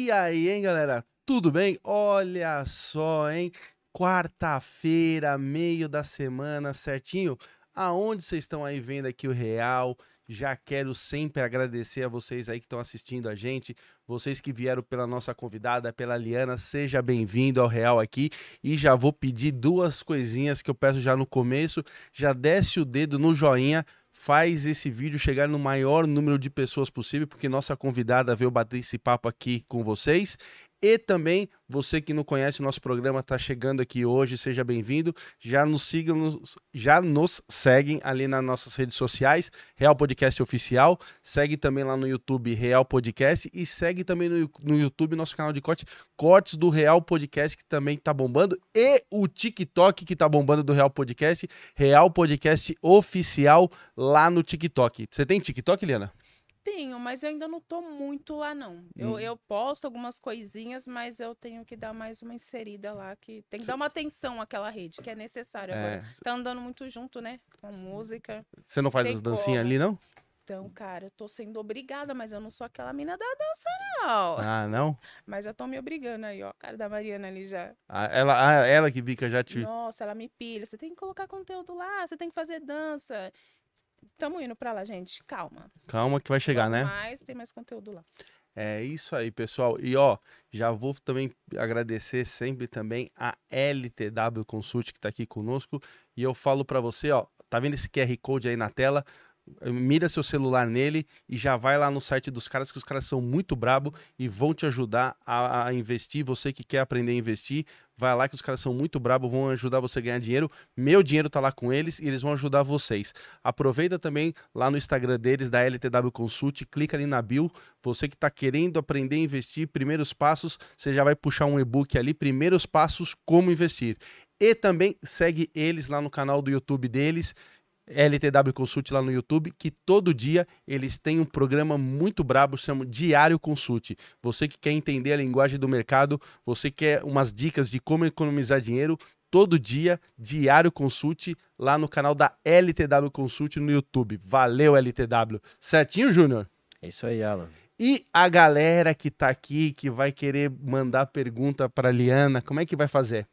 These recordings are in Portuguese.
E aí, hein, galera? Tudo bem? Olha só, hein? Quarta-feira, meio da semana, certinho? Aonde vocês estão aí vendo aqui o Real? Já quero sempre agradecer a vocês aí que estão assistindo a gente, vocês que vieram pela nossa convidada, pela Liana, seja bem-vindo ao Real aqui. E já vou pedir duas coisinhas que eu peço já no começo, já desce o dedo no joinha, faz esse vídeo chegar no maior número de pessoas possível, porque nossa convidada veio bater esse papo aqui com vocês. E também, você que não conhece o nosso programa, está chegando aqui hoje, seja bem-vindo. Já nos sigam, já nos seguem ali nas nossas redes sociais, Real Podcast Oficial. Segue também lá no YouTube, Real Podcast. E segue também no YouTube nosso canal de cortes do Real Podcast, que também tá bombando. E o TikTok, que tá bombando do Real Podcast, Real Podcast Oficial lá no TikTok. Você tem TikTok, Liana? Tenho, mas eu ainda não tô muito lá, não. Eu posto algumas coisinhas, mas eu tenho que dar mais uma inserida lá, que tem que dar uma atenção àquela rede, que é necessário. Agora, tá andando muito junto, né, com música. Você não faz as dancinhas ali, não? Então, cara, eu tô sendo obrigada, mas eu não sou aquela mina da dança, não. Ah, não? Mas já estão me obrigando aí, ó. Cara da Mariana ali já. Ela que fica já te... Nossa, ela me pilha. Você tem que colocar conteúdo lá, você tem que fazer dança. Tamo indo pra lá, gente. Calma. Calma que vai chegar, né? Tem mais conteúdo lá. É isso aí, pessoal. E ó, já vou também agradecer sempre também a LTW Consult que tá aqui conosco. E eu falo pra você, ó, tá vendo esse QR Code aí na tela? Mira seu celular nele e já vai lá no site dos caras, que os caras são muito brabo e vão te ajudar a investir. Você que quer aprender a investir, vai lá que os caras são muito brabo, vão ajudar você a ganhar dinheiro. Meu dinheiro tá lá com eles e eles vão ajudar vocês. Aproveita também lá no Instagram deles, da LTW Consult, clica ali na bio. Você que tá querendo aprender a investir, primeiros passos, você já vai puxar um e-book ali, primeiros passos como investir. E também segue eles lá no canal do YouTube deles, LTW Consult lá no YouTube, que todo dia eles têm um programa muito brabo, chama Diário Consult. Você que quer entender a linguagem do mercado, você quer umas dicas de como economizar dinheiro, todo dia, Diário Consult lá no canal da LTW Consult no YouTube. Valeu, LTW. Certinho, Júnior? É isso aí, Alan. E a galera que tá aqui, que vai querer mandar pergunta pra Liana, como é que vai fazer?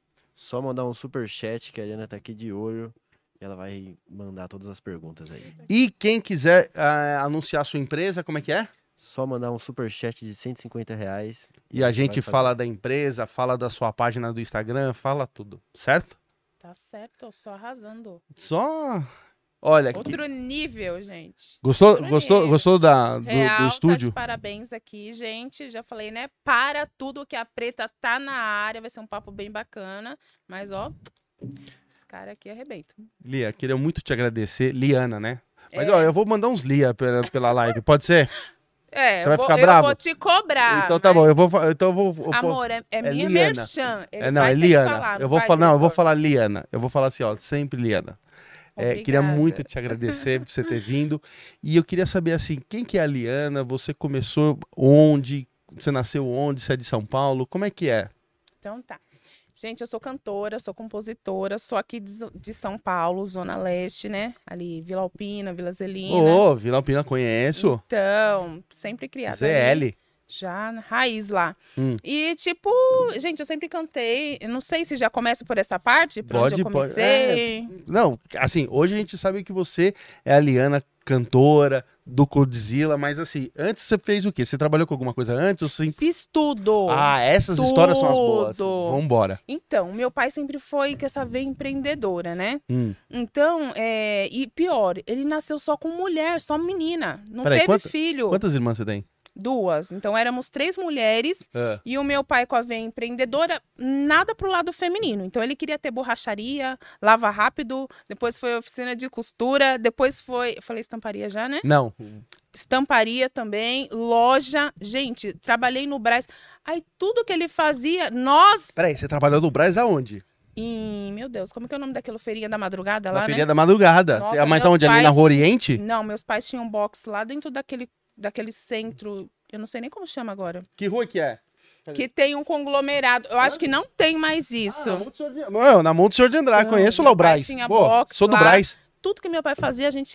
Só mandar um superchat, que a Liana tá aqui de olho. Ela vai mandar todas as perguntas aí. E quem quiser anunciar sua empresa, como é que é? Só mandar um superchat de R$150. E a gente fala da empresa, fala da sua página do Instagram, fala tudo, certo? Tá certo, só arrasando. Só... Olha... Outro nível, gente. Gostou do estúdio? Tá de parabéns aqui, gente. Já falei, né? Para tudo que a Preta tá na área. Vai ser um papo bem bacana. Mas, ó... Esse cara aqui arrebenta. Lia, queria muito te agradecer. Liana, né? Mas, ó, eu vou mandar uns Lia pela live, pode ser? Você vai ficar bravo? Eu vou te cobrar. Então tá bom, eu vou... Amor, é minha merchan. É Liana. Eu vou falar Liana. Eu vou falar assim, ó, sempre Liana. Queria muito te agradecer por você ter vindo. E eu queria saber, assim, quem que é a Liana? Você começou onde? Você nasceu onde? Você é de São Paulo? Como é que é? Então tá. Gente, eu sou cantora, sou compositora, sou aqui de São Paulo, Zona Leste, né? Ali, Vila Alpina, Vila Zelina. Ô, Vila Alpina, conheço. Então, sempre criada. ZL. Ali, já raiz lá. E, tipo, gente, eu sempre cantei. Eu não sei se já começa por essa parte, por onde eu comecei. Não, assim, hoje a gente sabe que você é a Liana, cantora do Godzilla, mas assim, antes você fez o quê? Você trabalhou com alguma coisa antes? Ou você... Fiz tudo. Ah, essas histórias são as boas. Vambora. Então, meu pai sempre foi com essa veia empreendedora, né? Então, e pior, ele nasceu só com mulher, só menina. Não teve filho. Quantas irmãs você tem? 2. Então, éramos 3 mulheres e o meu pai com a veia empreendedora, nada pro lado feminino. Então, ele queria ter borracharia, lava rápido, depois foi oficina de costura, depois foi... Eu falei estamparia já, né? Não. Estamparia também, loja. Gente, trabalhei no Brás. Aí, tudo que ele fazia, Peraí, você trabalhou no Brás aonde? Meu Deus, como que é o nome daquela feirinha da madrugada lá, Feirinha da madrugada. Nossa, mas aonde? Ali na Rua Oriente? Não, meus pais tinham um box lá dentro daquele centro, eu não sei nem como chama agora. Que rua que é? Que tem um conglomerado. Eu acho que não tem mais isso. Na Monte Senhor de Andrade. Conheço lá o Brás. Pô, sou do Brás. Tudo que meu pai fazia, a gente era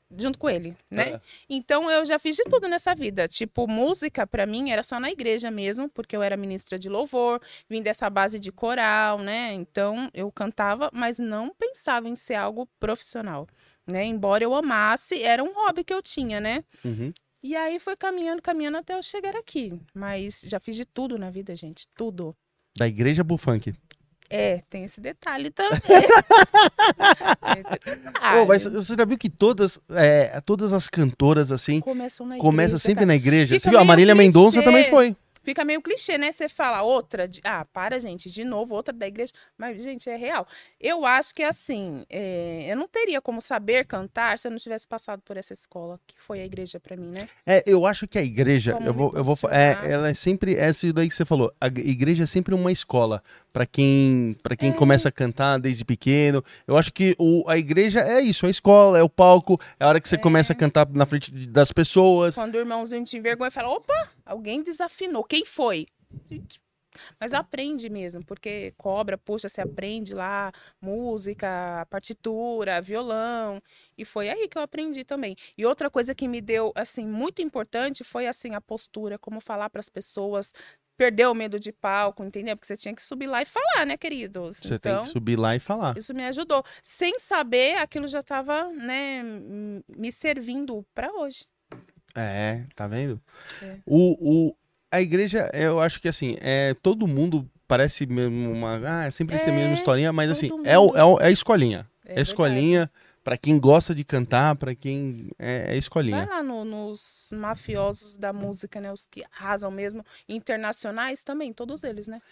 junto com ele, né? Então eu já fiz de tudo nessa vida. Tipo, música pra mim era só na igreja mesmo, porque eu era ministra de louvor, vim dessa base de coral, né? Então eu cantava, mas não pensava em ser algo profissional, né? Embora eu amasse, era um hobby que eu tinha, né? Uhum. E aí foi caminhando até eu chegar aqui. Mas já fiz de tudo na vida, gente, tudo. Da igreja pro funk. Tem esse detalhe também. Tem esse detalhe. Mas você já viu que todas as cantoras, assim, começam sempre cara. na igreja? Fica Você viu? A meio Marília clichê. Mendonça também foi. Fica meio clichê, né? Você fala outra. Para, gente, de novo, outra da igreja. Mas, gente, é real. Eu acho que, assim, eu não teria como saber cantar se eu não tivesse passado por essa escola, que foi a igreja pra mim, né? Eu acho que a igreja, Como ela é sempre, isso daí que você falou, a igreja é sempre uma escola pra quem começa a cantar desde pequeno. Eu acho que a igreja é isso, a escola, é o palco, é a hora que você começa a cantar na frente das pessoas. Quando o irmãozinho te envergonha e fala, opa, alguém desafinou, quem foi? Mas aprende mesmo, porque cobra, puxa, você aprende lá música, partitura, violão, e foi aí que eu aprendi também. E outra coisa que me deu, assim, muito importante foi, assim, a postura, como falar para as pessoas, perder o medo de palco, entendeu? Porque você tinha que subir lá e falar, né, queridos? Você tem que subir lá e falar. Isso me ajudou. Sem saber, aquilo já estava, né, me servindo para hoje. Tá vendo? A igreja, eu acho que assim, todo mundo parece mesmo é sempre essa mesma historinha, mas assim, é a escolinha. É a escolinha pra quem gosta de cantar, pra quem é escolinha. Vai lá nos mafiosos da música, né? Os que arrasam mesmo, internacionais também, todos eles, né?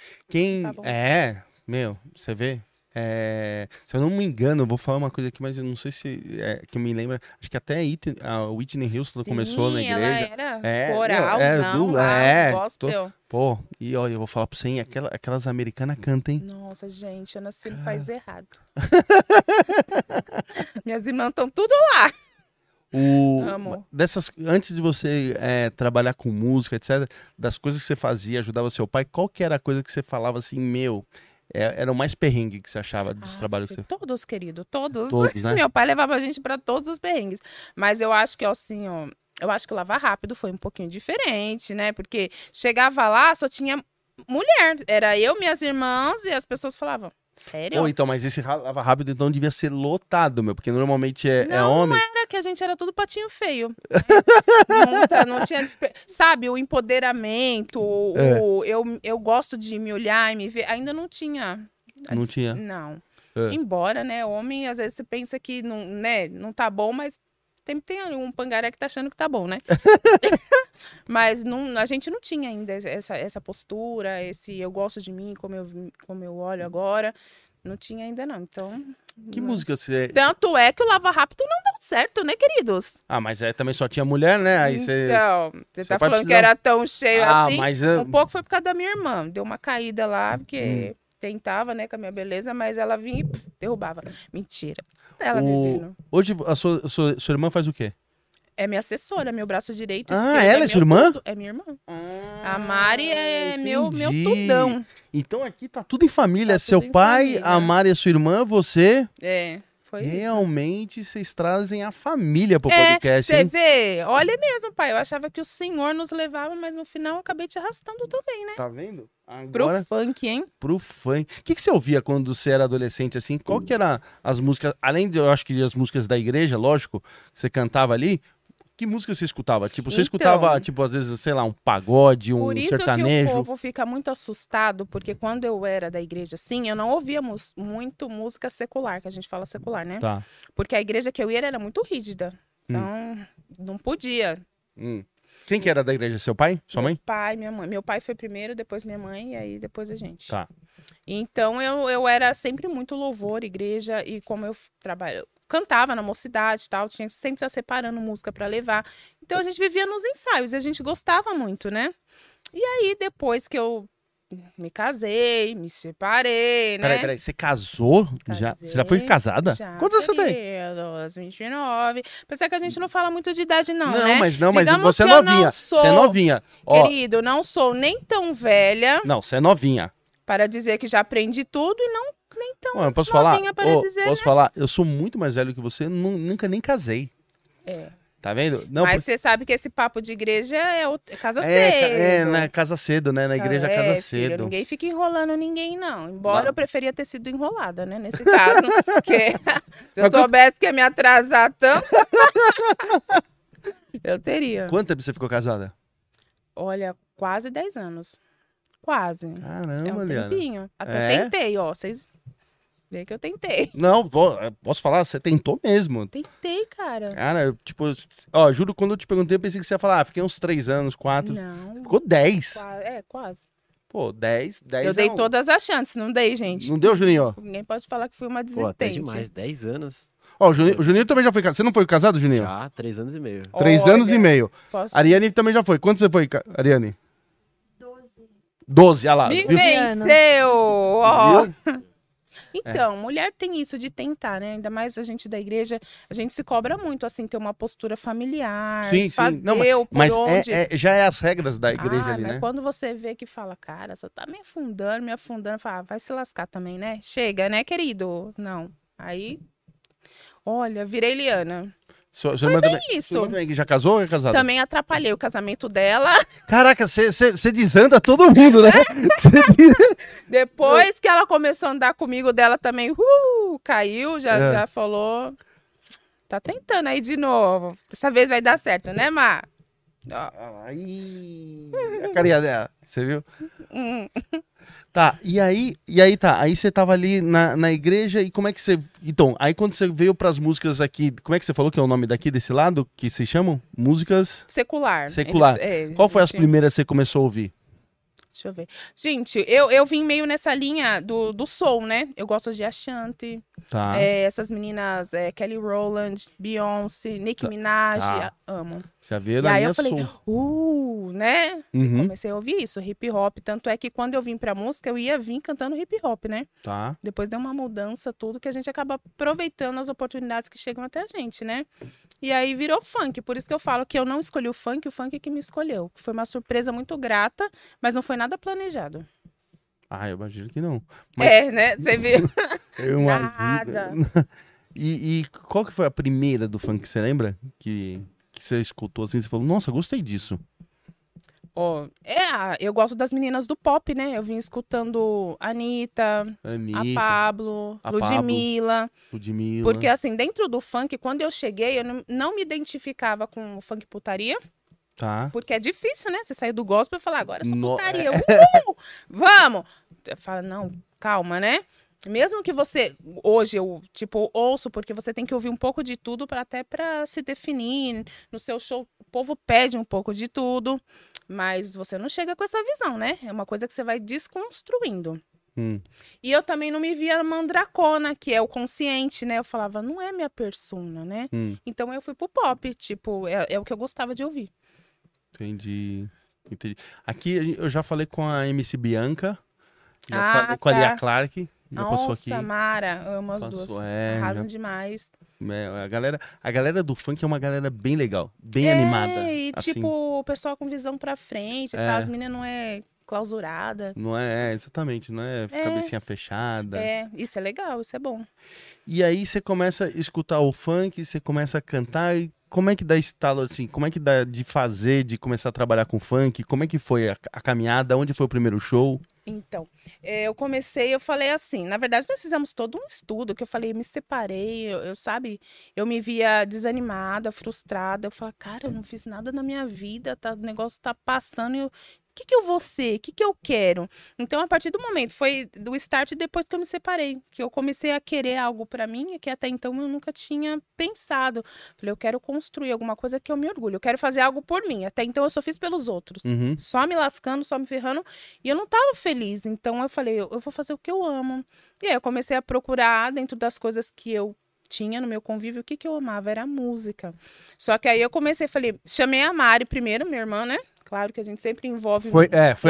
Você vê? Se eu não me engano, eu vou falar uma coisa aqui, mas eu não sei se que me lembra. Acho que até a Whitney Houston começou na igreja. Ela era coralzão, gospel. E olha, eu vou falar pra você, hein, aquelas americanas cantam, hein? Nossa, gente, eu nasci no país errado. Minhas irmãs estão tudo lá. Amo. Antes de você trabalhar com música, etc., das coisas que você fazia, ajudava seu pai, qual que era a coisa que você falava assim, era o mais perrengue que você achava dos trabalhos que você... Todos, querido, todos. Né? Meu pai levava a gente para todos os perrengues. Mas eu acho que, assim, eu acho que o Lavar Rápido foi um pouquinho diferente, né? Porque chegava lá, só tinha mulher. Era eu, minhas irmãs, e as pessoas falavam, sério? Então, mas esse Lava Rápido, então, devia ser lotado, porque normalmente é homem. Não era, que a gente era tudo patinho feio. Não tinha... Sabe, o empoderamento, eu gosto de me olhar e me ver, ainda não tinha. Não tinha? Não. Embora, né, homem, às vezes você pensa que não, né, não tá bom, mas tem um pangaré que tá achando que tá bom, né? Mas a gente não tinha ainda essa postura, esse eu gosto de mim, como eu olho agora. Não tinha ainda, não. Então. Que música você. Tanto é que o Lava Rápido não deu certo, né, queridos? Mas também só tinha mulher, né? Aí então, você tá falando que era tão cheio assim. Mas um pouco foi por causa da minha irmã. Deu uma caída lá, porque tentava, né, com a minha beleza, mas ela vinha e derrubava. Mentira. Ela vivendo. Hoje, a sua irmã faz o quê? É minha assessora, meu braço direito. Ela é sua irmã? É minha irmã. A Mari é meu tudão. Então aqui tá tudo em família. Tá Seu pai, família. a Mari é sua irmã, você. Foi realmente vocês trazem a família pro podcast. Você vê? Olha mesmo, pai. Eu achava que o senhor nos levava, mas no final eu acabei te arrastando também, né? Tá vendo? Agora, pro funk, hein? Pro funk. O que você ouvia quando você era adolescente, assim? Qual que era as músicas, além de, eu acho que as músicas da igreja, lógico, que você cantava ali, que música você escutava? Tipo, você escutava, tipo, às vezes, sei lá, um pagode, um sertanejo? Por isso que o povo fica muito assustado, porque quando eu era da igreja, assim, eu não ouvia muito música secular, que a gente fala secular, né? Tá. Porque a igreja que eu ia era muito rígida. Então, não podia. Quem que era da igreja? Seu pai? Sua mãe? Meu pai, minha mãe. Meu pai foi primeiro, depois minha mãe, e aí depois a gente. Tá. Então, eu era sempre muito louvor, igreja, e como eu cantava na mocidade e tal, tinha que sempre estar separando música para levar. Então, a gente vivia nos ensaios e a gente gostava muito, né? E aí, depois que eu me casei, me separei, né? Peraí, você casou? Casei, você já foi casada? Já. Quantos anos você tem? Aos 29. Apesar que a gente não fala muito de idade, não, não né? Mas Digamos você é que novinha. Você é novinha. Querido, não sou nem tão velha. Não, você é novinha. Para dizer que já aprendi tudo e não nem tão eu posso novinha falar? para dizer, posso né? falar? Eu sou muito mais velho que você, nunca nem casei. Tá vendo? Não, Mas você sabe que esse papo de igreja é casa cedo. na casa cedo, né? Na igreja casa filho, cedo. ninguém fica enrolando ninguém, não. Embora eu preferia ter sido enrolada, né? Nesse caso. Porque se eu soubesse que ia me atrasar tanto, eu teria. Quanto tempo você ficou casada? Olha, quase 10 anos. Quase. Caramba, Liana. Tempinho. Até tentei, ó. Vocês veem que eu tentei. Não, posso falar? Você tentou mesmo. Tentei, cara. Cara, tipo, ó, juro, quando eu te perguntei, eu pensei que você ia falar, fiquei uns 3 anos, 4. Não. Ficou 10. Quase. Pô, 10. Eu dei todas as chances, não dei, gente. Não deu, Juninho? Ninguém pode falar que fui uma desistente. Pô, até demais, 10 anos. Ó, o Juninho também já foi casado. Você não foi casado, Juninho? Já, 3 anos e meio. 3 anos e meio. Posso... Ariane também já foi. Quanto você foi, Ariane? 12, olha lá. Me venceu! Ó. Viu? Então, mulher tem isso de tentar, né? Ainda mais a gente da igreja, a gente se cobra muito, assim, ter uma postura familiar, fazer Não, mas já é as regras da igreja ali, né? Quando você vê que fala, cara, você tá me afundando, fala, vai se lascar também, né? Chega, né, querido? Não. Aí, olha, virei Liana. Sua irmã também já casou ou é casada? Também atrapalhei o casamento dela. Caraca, você desanda todo mundo, né? Depois que ela começou a andar comigo, dela também caiu, já falou. Tá tentando aí de novo. Dessa vez vai dar certo, né, Má? Aí, a carinha dela, você viu? Tá, e aí você tava ali na igreja e como é que você... Então, aí quando você veio pras músicas aqui, como é que você falou que é o nome daqui, desse lado, que se chamam? Músicas... Secular. Qual foi as primeiras que você começou a ouvir? Deixa eu ver. Gente, eu vim meio nessa linha do soul, né? Eu gosto de Ashanti. Tá. Essas meninas, Kelly Rowland, Beyoncé, Nicki Minaj, amo. Já veio e aí eu falei, né? Uhum. Comecei a ouvir isso, hip hop. Tanto é que quando eu vim pra música, eu ia vir cantando hip hop, né? Tá. Depois deu uma mudança, tudo, que a gente acaba aproveitando as oportunidades que chegam até a gente, né? E aí virou funk. Por isso que eu falo que eu não escolhi o funk é que me escolheu. Foi uma surpresa muito grata, mas não foi nada planejado. Eu imagino que não. Mas... né? Você viu? Eu imagino. Nada. E qual que foi a primeira do funk, você lembra? Que você escutou assim, você falou, nossa, gostei disso. Eu gosto das meninas do pop, né? Eu vim escutando Anitta, a Pablo, Ludmilla. Porque assim, dentro do funk, quando eu cheguei, eu não me identificava com o funk putaria. Tá. Porque é difícil, né? Você sair do gospel e falar, agora é só putaria. Vamos! Eu falo, não, calma, né? Mesmo que você, hoje eu, ouço, porque você tem que ouvir um pouco de tudo até pra se definir. No seu show, o povo pede um pouco de tudo, mas você não chega com essa visão, né? É uma coisa que você vai desconstruindo. E eu também não me via mandracona, que é o consciente, né? Eu falava, não é minha persona, né? Então eu fui pro pop, é o que eu gostava de ouvir. Entendi. Aqui eu já falei com a MC Bianca, já falei com a Lia Clark. Nossa, Mara, amo as duas. Arrasam demais. A galera do funk é uma galera bem legal, bem animada. E assim. O pessoal com visão pra frente, tá? As meninas não é clausurada. Não exatamente, não é cabecinha fechada. Isso é legal, isso é bom. E aí você começa a escutar o funk, você começa a cantar e como é que dá estalo assim? Como é que dá de começar a trabalhar com funk? Como é que foi a caminhada? Onde foi o primeiro show? Então, eu falei assim, na verdade nós fizemos todo um estudo, que eu falei, me separei, eu me via desanimada, frustrada, eu falei, cara, eu não fiz nada na minha vida, o negócio tá passando e o que eu vou ser? O que eu quero? Então, a partir do momento, foi do start depois que eu me separei, que eu comecei a querer algo pra mim, que até então eu nunca tinha pensado. Falei, eu quero construir alguma coisa que eu me orgulho, eu quero fazer algo por mim. Até então eu só fiz pelos outros, só me lascando, só me ferrando, e eu não tava feliz. Então, eu falei, eu vou fazer o que eu amo. E aí eu comecei a procurar dentro das coisas que eu tinha no meu convívio, o que eu amava era a música. Só que aí eu falei, chamei a Mari primeiro, minha irmã, né? Claro que a gente sempre envolve... Foi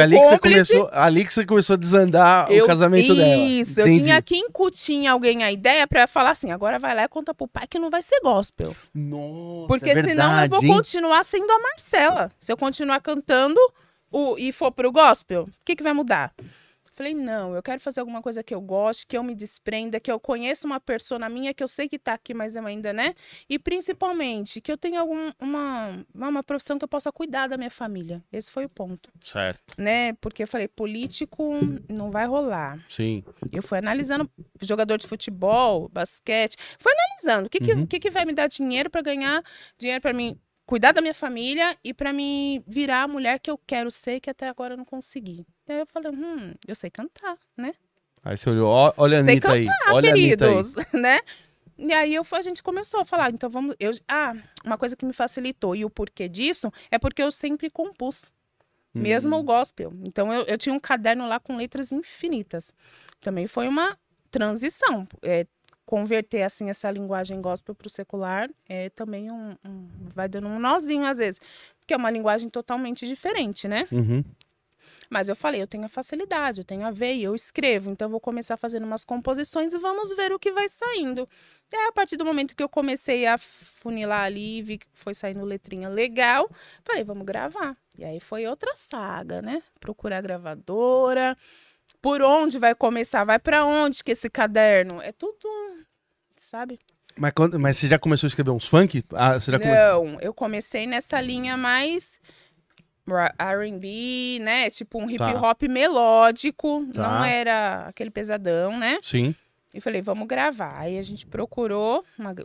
ali que você começou a desandar o casamento dela. Isso, eu tinha que incutir em alguém a ideia pra falar assim, agora vai lá e conta pro pai que não vai ser gospel. Nossa, porque senão eu vou continuar sendo a Marcela. Se eu continuar cantando e for pro gospel, o que vai mudar? falei, não, eu quero fazer alguma coisa que eu goste, que eu me desprenda, que eu conheça uma persona minha, que eu sei que tá aqui, mas eu ainda, né? E principalmente, que eu tenha uma profissão que eu possa cuidar da minha família. Esse foi o ponto. Certo. Né? Porque eu falei, político não vai rolar. Sim. Eu fui analisando jogador de futebol, basquete, fui analisando o que vai me dar dinheiro para ganhar dinheiro para mim cuidar da minha família e para mim virar a mulher que eu quero ser, que até agora eu não consegui. E aí eu falei, eu sei cantar, né? Aí você olhou, olha a sei Anitta aí, cantar, olha queridos, a Anitta aí. né? E aí a gente começou a falar, então vamos... uma coisa que me facilitou, e o porquê disso, é porque eu sempre compus. Mesmo o gospel. Então, eu tinha um caderno lá com letras infinitas. Também foi uma transição. Converter, assim, essa linguagem gospel para o secular é também vai dando um nozinho, às vezes. Porque é uma linguagem totalmente diferente, né? Uhum. Mas eu falei, eu tenho a facilidade, eu tenho a veia, eu escrevo. Então, eu vou começar fazendo umas composições e vamos ver o que vai saindo. E aí, a partir do momento que eu comecei a funilar ali, vi que foi saindo letrinha legal, falei, vamos gravar. E aí foi outra saga, né? Procurar gravadora. Por onde vai começar? Vai pra onde que esse caderno? É tudo, sabe? Mas você já começou a escrever uns funk? Não, eu comecei nessa linha mais R&B, né? Tipo um hip hop melódico. Tá. Não era aquele pesadão, né? Sim. E falei, vamos gravar. Aí a gente procurou,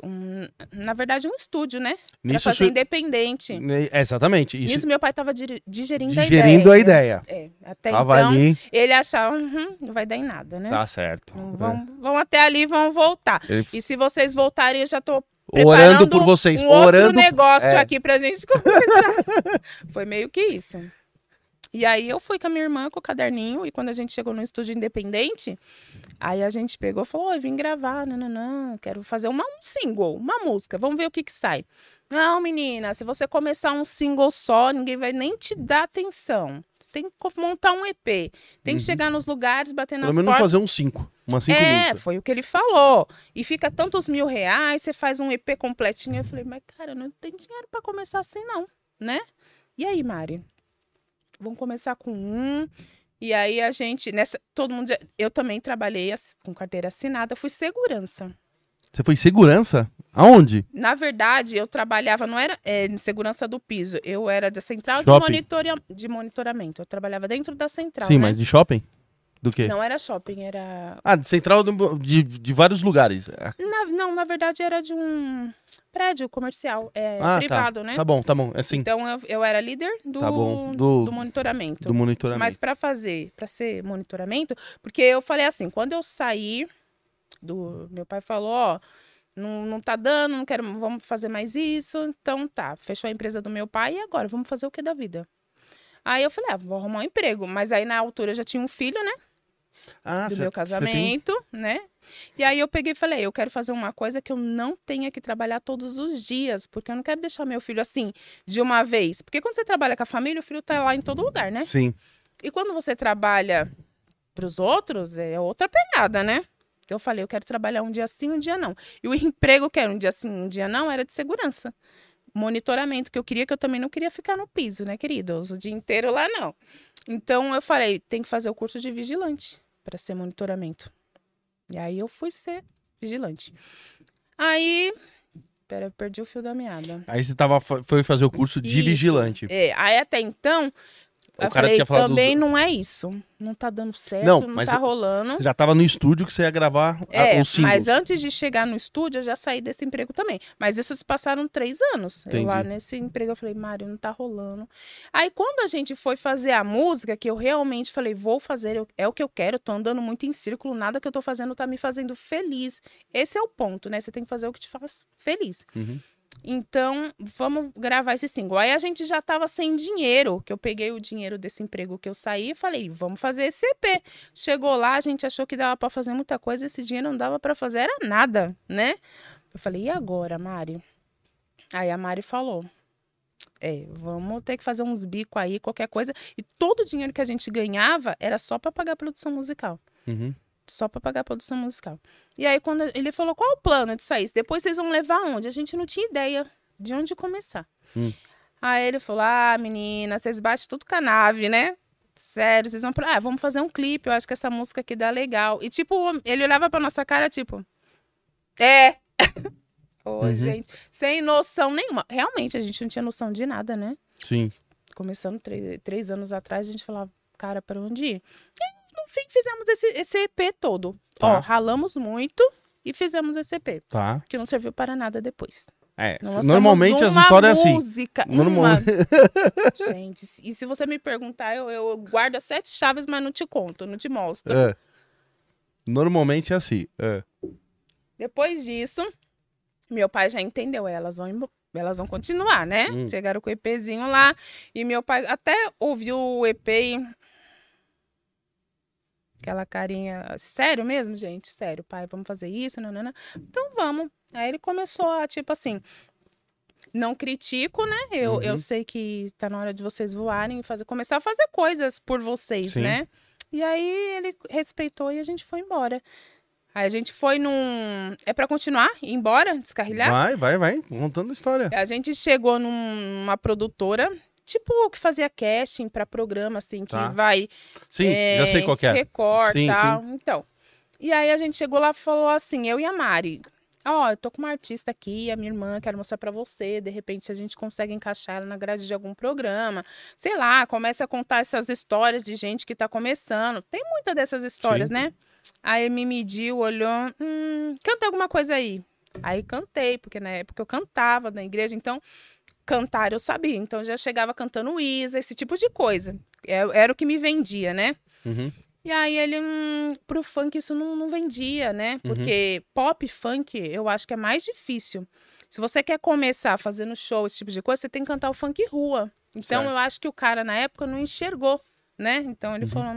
na verdade, um estúdio, né? Pra fazer independente. Exatamente. Nisso meu pai tava digerindo a ideia. Até tava então, ali. ele achava, não vai dar em nada, né? Tá certo. Vão até ali, vão voltar. E se vocês voltarem, eu já tô orando por vocês. Outro negócio aqui pra gente começar. Foi meio que isso. E aí eu fui com a minha irmã com o caderninho, e quando a gente chegou no estúdio independente, aí a gente pegou e falou, vim gravar, quero fazer um single, uma música, vamos ver o que sai. Não, menina, se você começar um single só, ninguém vai nem te dar atenção. Você tem que montar um EP, tem que chegar nos lugares, bater nas portas. Pelo menos fazer uns 5, umas 5 músicas. Foi o que ele falou. E fica tantos R$1.000, você faz um EP completinho. Eu falei, mas cara, eu não tenho dinheiro pra começar assim não, né? E aí, Mari? Vamos começar com e aí a gente, todo mundo, eu também trabalhei com carteira assinada, fui segurança. Você foi segurança? Aonde? Na verdade, eu trabalhava, não era em segurança do piso, eu era da central de monitoramento, eu trabalhava dentro da central, Sim, né? mas de shopping? Do quê? Não era shopping, era... de central de vários lugares. Não, na verdade era de um prédio comercial, privado, né? Tá bom, é assim. Então eu era líder do monitoramento. Do monitoramento. Mas para ser monitoramento, porque eu falei assim, quando eu saí, meu pai falou, não tá dando, não quero, vamos fazer mais isso. Então fechou a empresa do meu pai e agora, vamos fazer o que da vida? Aí eu falei, vou arrumar um emprego. Mas aí na altura eu já tinha um filho, né? Do meu casamento, né? E aí eu peguei e falei, eu quero fazer uma coisa que eu não tenha que trabalhar todos os dias, porque eu não quero deixar meu filho assim, de uma vez. Porque quando você trabalha com a família, o filho tá lá em todo lugar, né? Sim. E quando você trabalha pros outros, é outra pegada, né? Eu falei, eu quero trabalhar um dia sim, um dia não. E o emprego que era um dia sim, um dia não, era de segurança. Monitoramento, que eu também não queria ficar no piso, né, queridos? O dia inteiro lá, não. Então, eu falei, tem que fazer o curso de vigilante para ser monitoramento. E aí, eu fui ser vigilante. Aí, perdi o fio da meada. Aí você foi fazer o curso de vigilante. Aí até então... Eu falei, também não é isso. Não tá dando certo, não tá rolando. Você já tava no estúdio que você ia gravar os singles. Mas antes de chegar no estúdio, eu já saí desse emprego também. Mas isso se passaram 3 anos. Entendi. Eu lá nesse emprego, eu falei, Mário, não tá rolando. Aí quando a gente foi fazer a música, que eu realmente falei, vou fazer, é o que eu quero, eu tô andando muito em círculo, nada que eu tô fazendo tá me fazendo feliz. Esse é o ponto, né? Você tem que fazer o que te faz feliz. Uhum. Então, vamos gravar esse single. Aí a gente já tava sem dinheiro, que eu peguei o dinheiro desse emprego que eu saí e falei, vamos fazer esse EP. Chegou lá, a gente achou que dava pra fazer muita coisa, esse dinheiro não dava pra fazer, era nada, né? Eu falei, e agora, Mari? Aí a Mari falou, vamos ter que fazer uns bicos aí, qualquer coisa. E todo o dinheiro que a gente ganhava era só pra pagar a produção musical. Uhum. Só para pagar a produção musical. E aí, quando ele falou, qual o plano disso aí? Depois vocês vão levar onde? A gente não tinha ideia de onde começar. Aí ele falou, menina, vocês batem tudo com a nave, né? sério, vocês vão... vamos fazer um clipe, eu acho que essa música aqui dá legal. E, tipo, ele olhava pra nossa cara, tipo... Gente, sem noção nenhuma. Realmente, a gente não tinha noção de nada, né? Sim. Começando 3 anos atrás, a gente falava, cara, pra onde ir? E, no fim, fizemos esse EP todo. Tá. Ralamos muito e fizemos esse EP. Tá. Que não serviu para nada depois. Normalmente as histórias é assim. Gente, e se você me perguntar, eu guardo as 7 chaves, mas não te conto, não te mostro. Normalmente é assim. Depois disso, meu pai já entendeu, elas vão continuar, né? Chegaram com o EPzinho lá, e meu pai até ouviu o EP e... Aquela carinha, sério mesmo, gente? Sério, pai, vamos fazer isso? Nanana. Então vamos. Aí ele começou a, tipo assim, não critico, né? Eu sei que tá na hora de vocês voarem e começar a fazer coisas por vocês, Sim. né? E aí ele respeitou e a gente foi embora. Aí a gente foi É pra continuar? Ir embora? Descarrilhar? Vai. Contando a história. A gente chegou numa produtora... Tipo, que fazia casting pra programa, assim, que vai... Sim, já sei qual que é. Record e tal. Então, e aí a gente chegou lá e falou assim, eu e a Mari, eu tô com uma artista aqui, a minha irmã, quero mostrar pra você, de repente a gente consegue encaixar ela na grade de algum programa. Sei lá, começa a contar essas histórias de gente que tá começando. Tem muitas dessas histórias, né? Aí me mediu, olhou, canta alguma coisa aí. Aí cantei, porque na época eu cantava na igreja, então... Cantar eu sabia, então já chegava cantando Isa, esse tipo de coisa. Era o que me vendia, né? E aí ele, pro funk isso não vendia, né? Porque pop, funk, eu acho que é mais difícil. Se você quer começar fazendo show, esse tipo de coisa, você tem que cantar o funk rua. Então eu acho que o cara na época não enxergou, né? Então ele falou,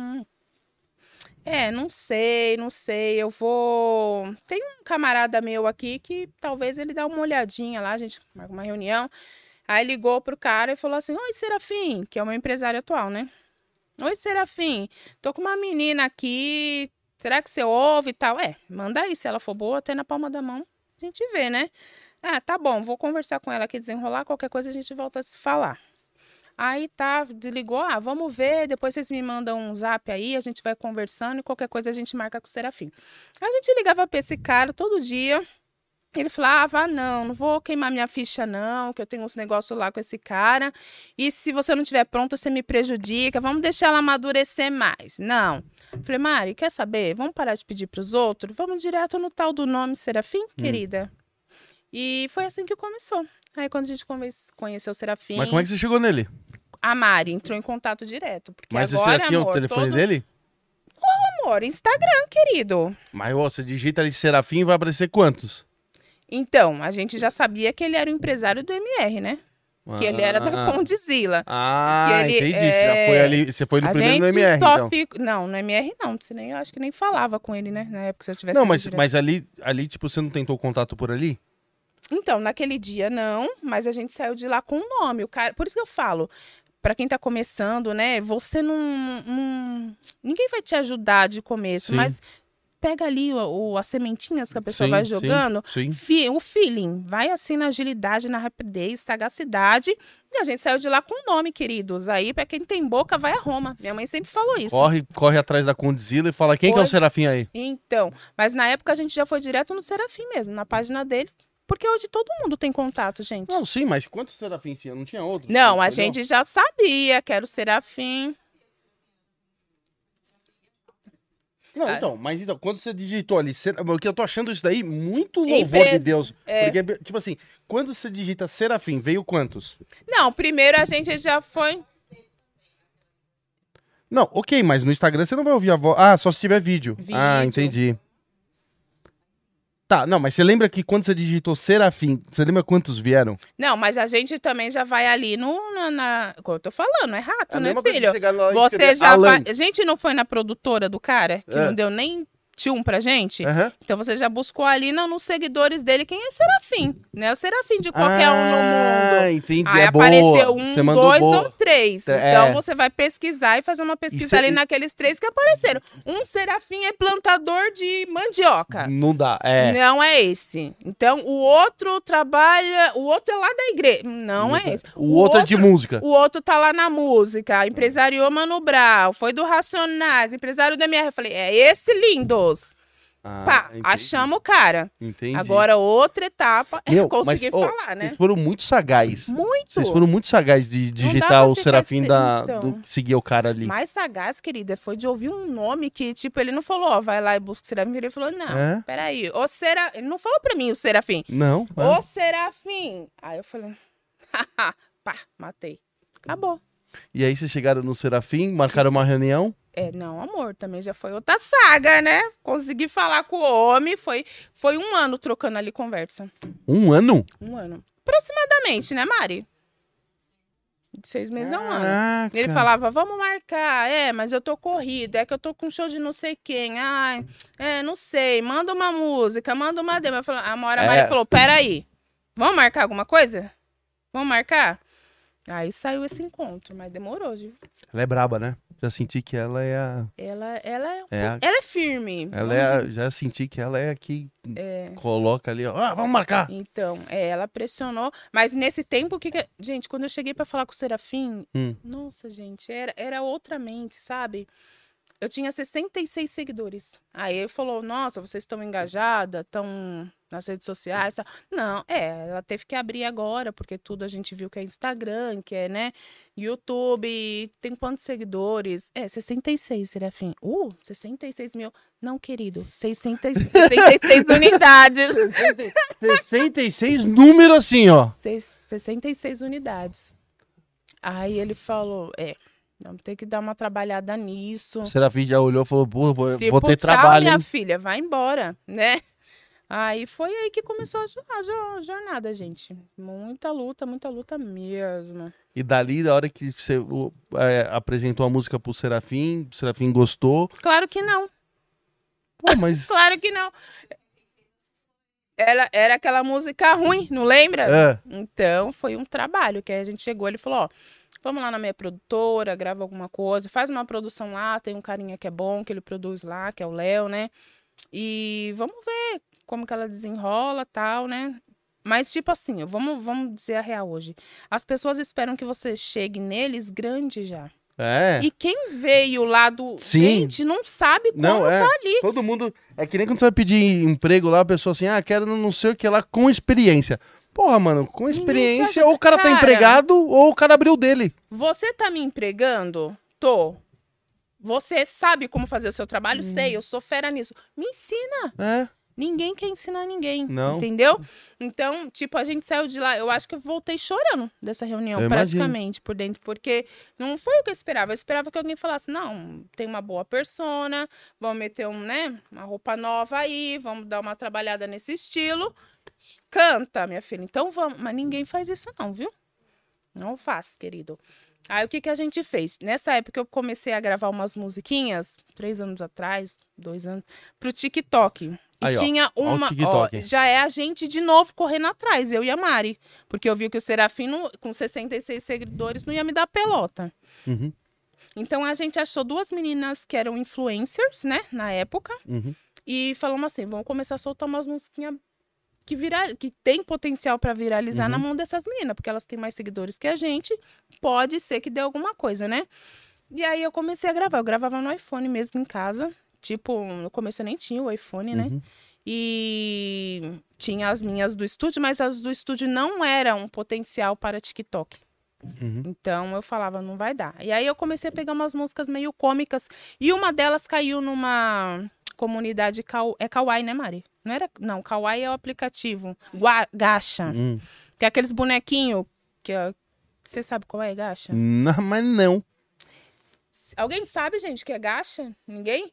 não sei, eu vou... Tem um camarada meu aqui que talvez ele dá uma olhadinha lá, a gente marca uma reunião. Aí ligou pro cara e falou assim, oi, Serafim, que é o meu empresário atual, né? Oi, Serafim, tô com uma menina aqui, será que você ouve e tal? Manda aí, se ela for boa, até na palma da mão, a gente vê, né? Tá bom, vou conversar com ela aqui, desenrolar, qualquer coisa a gente volta a se falar. Aí desligou, vamos ver, depois vocês me mandam um zap aí, a gente vai conversando e qualquer coisa a gente marca com o Serafim. A gente ligava pra esse cara todo dia, ele falava, não vou queimar minha ficha não, que eu tenho uns negócios lá com esse cara, e se você não estiver pronto, você me prejudica, vamos deixar ela amadurecer mais. Não. Falei, Mari, quer saber? Vamos parar de pedir pros outros? Vamos direto no tal do nome Serafim, querida? E foi assim que começou. Aí quando a gente conheceu o Serafim... Mas como é que você chegou nele? A Mari entrou em contato direto. Porque Mas agora, você já tinha o telefone dele? Amor, Instagram, querido. Mas você digita ali Serafim e vai aparecer quantos? Então, a gente já sabia que ele era o empresário do MR, né? Que ele era da Condzilla. Entendi. Já foi ali, você foi no primeiro no MR, então. Não, no MR não. Eu acho que nem falava com ele, né? Na época, se eu tivesse... Não, mas ali, tipo, você não tentou contato por ali? Então, naquele dia não, mas a gente saiu de lá com o nome. O cara, por isso que eu falo, pra quem tá começando, né? Você não... Ninguém vai te ajudar de começo, mas pega ali as sementinhas que a pessoa vai jogando. O feeling. Vai assim na agilidade, na rapidez, sagacidade. E a gente saiu de lá com o nome, queridos. Aí, pra quem tem boca, vai a Roma. Minha mãe sempre falou isso. Corre atrás da Condzilla e fala, quem que é o Serafim aí? Então, mas na época a gente já foi direto no Serafim mesmo, na página dele. Porque hoje todo mundo tem contato, gente. Não, sim, mas quantos Serafim tinha? Não tinha outros? Não, a gente já sabia que era o Serafim. Não, mas quando você digitou ali, porque eu tô achando isso daí muito louvor de Deus. Porque, tipo assim, quando você digita Serafim, veio quantos? Não, primeiro a gente já foi... Não, ok, mas no Instagram você não vai ouvir a voz. Só se tiver vídeo. Entendi. Tá, não, mas você lembra que quando você digitou Serafim, você lembra quantos vieram? Não, mas a gente também já vai ali como eu tô falando, é rato, né, mesma filho? Coisa de chegar lá você já vai... A gente não foi na produtora do cara, que não deu nem Tchum pra gente? Aham. Então você já buscou ali nos seguidores dele quem é Serafim, né? O Serafim de qualquer um no mundo. Ah, entendi. Aí É apareceu boa. Você 1, mandou 2 boa. ou 3. É. Então você vai pesquisar e fazer uma pesquisa Isso é- ali naqueles 3 que apareceram. Um Serafim é plantador de mandioca. Não dá. É. Não é esse. Então o outro trabalha. O outro é lá da igreja. Não é esse. O outro é de música. O outro tá lá na música. Empresariou Mano Brown. Foi do Racionais. Empresário da MR. Eu falei, é esse, lindos. Pá, Entendi. achamos o cara. Entendi. Agora, outra etapa é Meu, conseguir mas, ó, falar, né? Vocês foram muito sagaz. Muito. Vocês foram muito sagaz de dá digitar pra o ficar Serafim então. do seguir o cara ali. Mais sagaz, querida, foi de ouvir um nome que, tipo, ele não falou, ó, vai lá e busca o Serafim. Ele falou, não, É? peraí. Ele não falou pra mim o Serafim. Não. Ô, Serafim. Aí eu falei, pá, matei. Acabou. E aí vocês chegaram no Serafim, marcaram uma reunião. Não, amor, também já foi outra saga, né? Consegui falar com o homem, foi 1 ano trocando ali conversa. 1 ano? 1 ano. Aproximadamente, né, Mari? De 6 meses a 1 ano. Caraca. Ele falava, vamos marcar. Mas eu tô corrida, é que eu tô com show de não sei quem. Ai, não sei, manda uma música, manda uma demo. Uma hora a Mari falou, peraí, vamos marcar alguma coisa? Vamos marcar? Aí saiu esse encontro, mas demorou, viu? Ela é braba, né? Já senti que ela é a... Ela é firme. Já senti que ela é a que coloca ali, ó. Vamos marcar. Então, ela pressionou. Mas nesse tempo, gente, quando eu cheguei pra falar com o Serafim, nossa, gente, era outra mente, sabe? Eu tinha 66 seguidores. Aí ele falou, nossa, vocês estão engajadas, estão nas redes sociais. Tá? Não, ela teve que abrir agora, porque tudo a gente viu que é Instagram, que é, né, YouTube. Tem quantos seguidores? 66, Serafim. 66 mil. Não, querido, 66 unidades. 66 números assim, ó. 66 unidades. Aí ele falou, vamos ter que dar uma trabalhada nisso. O Serafim já olhou e falou, pô, vou ter tchau, trabalho, minha hein? filha, vai embora, né? Aí foi aí que começou a jornada, gente. Muita luta mesmo. E dali, da hora que você apresentou a música pro Serafim, o Serafim gostou. Claro que não. Pô, mas... Claro que não. Era aquela música ruim, não lembra? Então, foi um trabalho que a gente chegou, ele falou, ó, vamos lá na minha produtora, grava alguma coisa, faz uma produção lá, tem um carinha que é bom, que ele produz lá, que é o Léo, né? E vamos ver como que ela desenrola, tal, né? Mas, tipo assim, vamos dizer a real hoje. As pessoas esperam que você chegue neles grande já. E quem veio lá do... Sim. Gente, não sabe como tá ali. Todo mundo... É que nem quando você vai pedir emprego lá, a pessoa assim, quero não sei o que lá, com experiência. Porra, mano, com experiência, ou o cara tá empregado, ou o cara abriu dele. Você tá me empregando? Tô. Você sabe como fazer o seu trabalho? Sei, eu sou fera nisso. Me ensina. Ninguém quer ensinar ninguém, não. Entendeu? Então, tipo, a gente saiu de lá, eu acho que eu voltei chorando dessa reunião, praticamente, por dentro, porque não foi o que eu esperava. Eu esperava que alguém falasse, não, tem uma boa persona, vamos meter uma roupa nova aí, vamos dar uma trabalhada nesse estilo. Canta, minha filha. Então vamos. Mas ninguém faz isso não, viu? Não faz, querido. Aí o que a gente fez? Nessa época eu comecei a gravar umas musiquinhas, 3 anos atrás, 2 anos, pro TikTok. E aí, tinha uma... já é a gente de novo correndo atrás, eu e a Mari. Porque eu vi que o Serafim, com 66 seguidores, não ia me dar pelota. Uhum. Então a gente achou 2 meninas que eram influencers, né? Na época. Uhum. E falamos assim, vamos começar a soltar umas musiquinhas que tem potencial para viralizar na mão dessas meninas, porque elas têm mais seguidores que a gente, pode ser que dê alguma coisa, né? E aí eu comecei a gravar, eu gravava no iPhone mesmo em casa, tipo, no começo eu nem tinha o iPhone, né? E tinha as minhas do estúdio, mas as do estúdio não eram potencial para TikTok. Então eu falava, não vai dar. E aí eu comecei a pegar umas músicas meio cômicas, e uma delas caiu numa comunidade, Kawaii, né, Mari? Não, Kawaii é o aplicativo. Gacha. Que é aqueles bonequinhos que... Você sabe qual é Gacha? Não, mas não. Alguém sabe, gente, que é Gacha? Ninguém?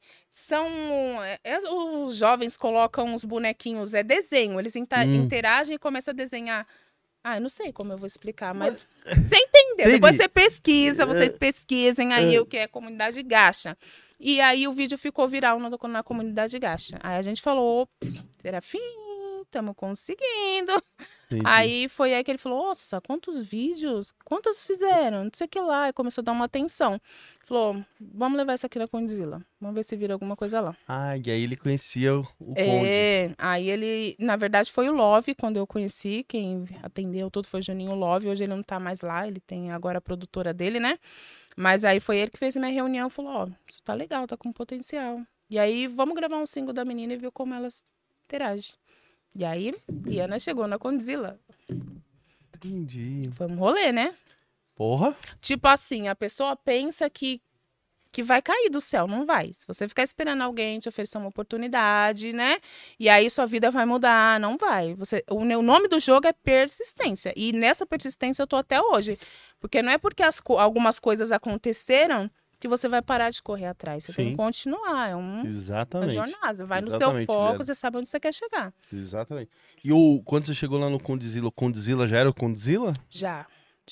Os jovens colocam uns bonequinhos, é desenho. Eles interagem e começam a desenhar Ah, eu não sei como eu vou explicar, mas você entendeu. Depois você pesquisa, vocês pesquisem aí o que é comunidade gacha. E aí o vídeo ficou viral na comunidade gacha. Aí a gente falou, ops, Serafim, estamos conseguindo. Entendi. Aí foi aí que ele falou, nossa, quantos vídeos? Quantos fizeram? Não sei o que lá. E começou a dar uma atenção. Falou, vamos levar isso aqui na Condzilla. Vamos ver se vira alguma coisa lá. Ah, e aí ele conhecia o Conde. Aí ele, na verdade, foi o Love quando eu conheci. Quem atendeu tudo foi o Juninho Love. Hoje ele não tá mais lá, ele tem agora a produtora dele, né? Mas aí foi ele que fez minha reunião e falou, ó, isso tá legal, tá com potencial. E aí vamos gravar um single da menina e ver como ela interage. E aí, Liana chegou na Condzilla. Entendi. Foi um rolê, né? Porra. Tipo assim, a pessoa pensa que vai cair do céu, não vai. Se você ficar esperando alguém te oferecer uma oportunidade, né? E aí sua vida vai mudar, não vai. O nome do jogo é persistência. E nessa persistência eu tô até hoje. Porque não é porque algumas coisas aconteceram que você vai parar de correr atrás. Você tem que continuar. É uma jornada. Você vai no seu foco, você sabe onde você quer chegar. Exatamente. E quando você chegou lá no Condzilla, o Condzilla já era o Condzilla? Já.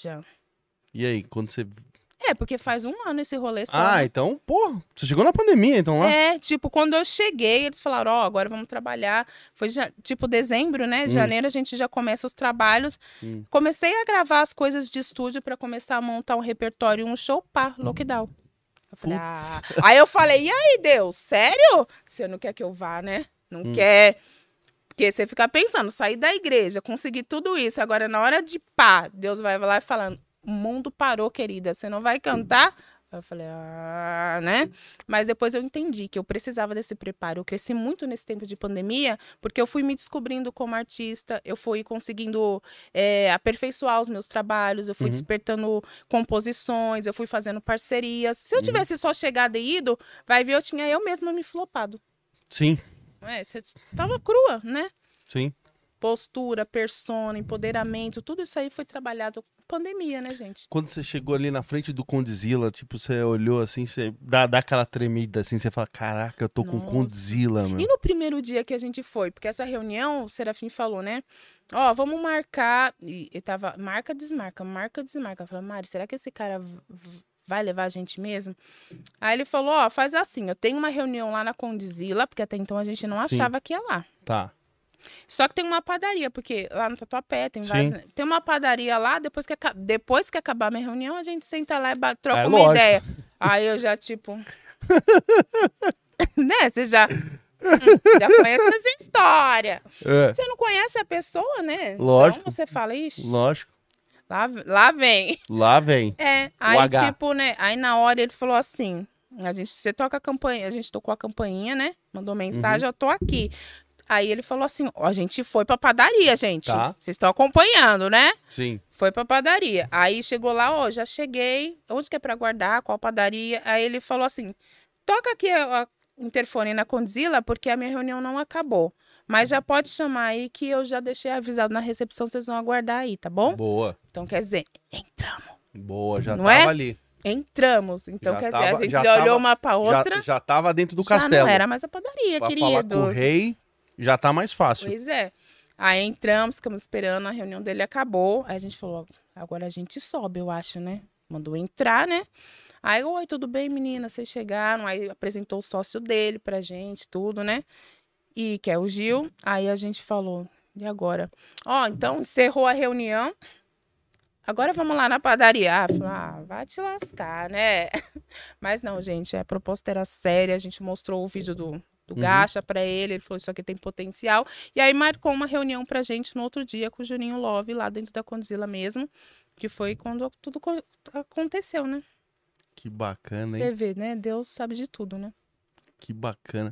E aí, quando você... porque faz um ano esse rolê só. Ah, então, pô, você chegou na pandemia, então, lá? Tipo, quando eu cheguei, eles falaram, ó, agora vamos trabalhar. Foi, tipo, dezembro, né? Janeiro a gente já começa os trabalhos. Comecei a gravar as coisas de estúdio pra começar a montar um repertório, um show, pá, lockdown. Eu falei, Aí eu falei, e aí, Deus, sério? Você não quer que eu vá, né? Não quer... Porque você fica pensando, sair da igreja, conseguir tudo isso, agora na hora de pá, Deus vai lá e falando, o mundo parou, querida, você não vai cantar? Eu falei, né? Mas depois eu entendi que eu precisava desse preparo. Eu cresci muito nesse tempo de pandemia, porque eu fui me descobrindo como artista, eu fui conseguindo aperfeiçoar os meus trabalhos, eu fui despertando composições, eu fui fazendo parcerias. Se eu tivesse só chegado e ido, vai ver, eu tinha eu mesma me flopado. Sim. Você tava crua, né? Sim. Postura, persona, empoderamento, tudo isso aí foi trabalhado pandemia, né, gente? Quando você chegou ali na frente do Condzilla, tipo, você olhou assim, você dá aquela tremida assim, você fala, caraca, eu tô com Condzilla, mano. E no primeiro dia que a gente foi, porque essa reunião, o Serafim falou, né? Ó, vamos marcar, e tava, marca, desmarca. Eu falei, Mari, será que esse cara vai levar a gente mesmo? Aí ele falou, ó, faz assim, eu tenho uma reunião lá na Condzilla, porque até então a gente não achava que ia lá. Tá. Só que tem uma padaria, porque lá no Tatuapé tem várias... Tem uma padaria lá, depois que acabar a minha reunião, a gente senta lá e troca uma ideia. Aí eu já, tipo... né? Você já conhece essa história. Você não conhece a pessoa, né? Lógico. Então você fala, ixi... Lógico. Lá vem. Lá vem. Aí tipo, né? Aí na hora ele falou assim, você toca a campainha, a gente tocou a campainha, né? Mandou mensagem, eu tô aqui. Aí ele falou assim, ó, a gente foi pra padaria, gente. Tá. Vocês estão acompanhando, né? Sim. Foi pra padaria. Aí chegou lá, ó, já cheguei. Onde que é pra guardar? Qual padaria? Aí ele falou assim, toca aqui a interfone na Condzilla, porque a minha reunião não acabou. Mas já pode chamar aí que eu já deixei avisado na recepção, vocês vão aguardar aí, tá bom? Boa. Então quer dizer, entramos. Boa, já não tava ali. Entramos. Então, Já quer tava, dizer, a gente já já olhou tava, uma pra outra. Já tava dentro do Já castelo. não era mais a padaria, pra querido. falar com o rei, já tá mais fácil. Pois é. Aí entramos, ficamos esperando, a reunião dele acabou. Aí a gente falou, agora a gente sobe, eu acho, né? Mandou entrar, né? Aí, oi, tudo bem, menina? Vocês chegaram. Aí apresentou o sócio dele pra gente, tudo, né? E que é o Gil. Aí a gente falou, e agora? Ó, então encerrou a reunião. Agora vamos lá na padaria. Falei, vai te lascar, né? Mas não, gente, a proposta era séria. A gente mostrou o vídeo do Gacha pra ele. Ele falou, isso aqui tem potencial. E aí marcou uma reunião pra gente no outro dia com o Juninho Love, lá dentro da Condzilla mesmo. Que foi quando tudo aconteceu, né? Que bacana, hein? Você vê, né? Deus sabe de tudo, né? Que bacana.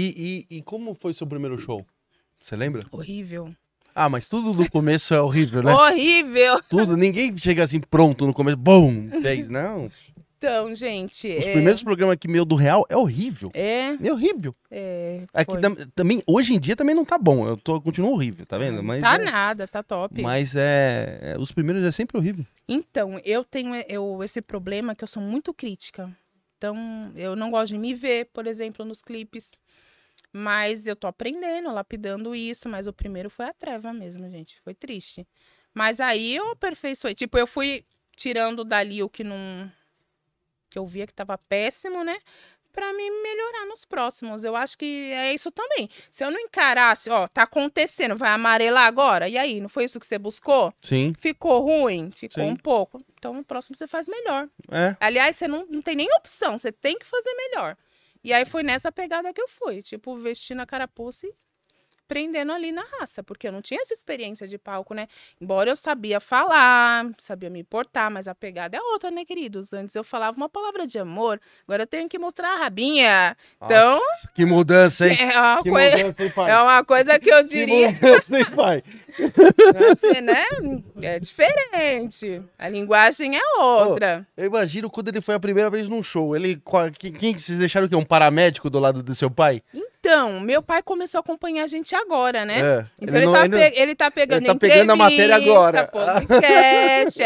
E como foi seu primeiro show? Você lembra? Horrível. Ah, mas tudo no começo é horrível, né? Horrível! Tudo, ninguém chega assim pronto no começo, bum, fez, não. Então, gente... Os primeiros programas aqui meu do Real é horrível. É horrível. Aqui foi. também, hoje em dia também não tá bom, continuo horrível, tá vendo? Mas tá nada, tá top. Mas os primeiros é sempre horrível. Então, eu tenho esse problema que eu sou muito crítica. Então, eu não gosto de me ver, por exemplo, nos clipes. Mas eu tô aprendendo, lapidando isso. Mas o primeiro foi a treva mesmo, gente. Foi triste. Mas aí eu aperfeiçoei. Tipo, eu fui tirando dali o que não... que eu via que tava péssimo, né? Pra me melhorar nos próximos. Eu acho que é isso também. Se eu não encarasse, ó, tá acontecendo, vai amarelar agora? E aí, não foi isso que você buscou? Sim. Ficou ruim? Ficou Sim. um pouco. Então, no próximo você faz melhor. É. Aliás, você não tem nem opção, você tem que fazer melhor. E aí foi nessa pegada que eu fui. Tipo, vestindo a carapuça e aprendendo ali na raça, porque eu não tinha essa experiência de palco, né? Embora eu sabia falar, sabia me portar, mas a pegada é outra, né, queridos? Antes eu falava uma palavra de amor, agora eu tenho que mostrar a rabinha. Então, Nossa, que mudança, hein? é uma, Que coisa, mudança, hein, pai? é uma coisa que eu diria, Que mudança, hein, pai? assim, né? É diferente. A linguagem é outra. Eu imagino quando ele foi a primeira vez num show. Quem vocês deixaram o quê? Um paramédico do lado do seu pai? Então, meu pai começou a acompanhar a gente agora, né? É. Então ele tá pegando ele tá pegando a matéria agora. Podcast,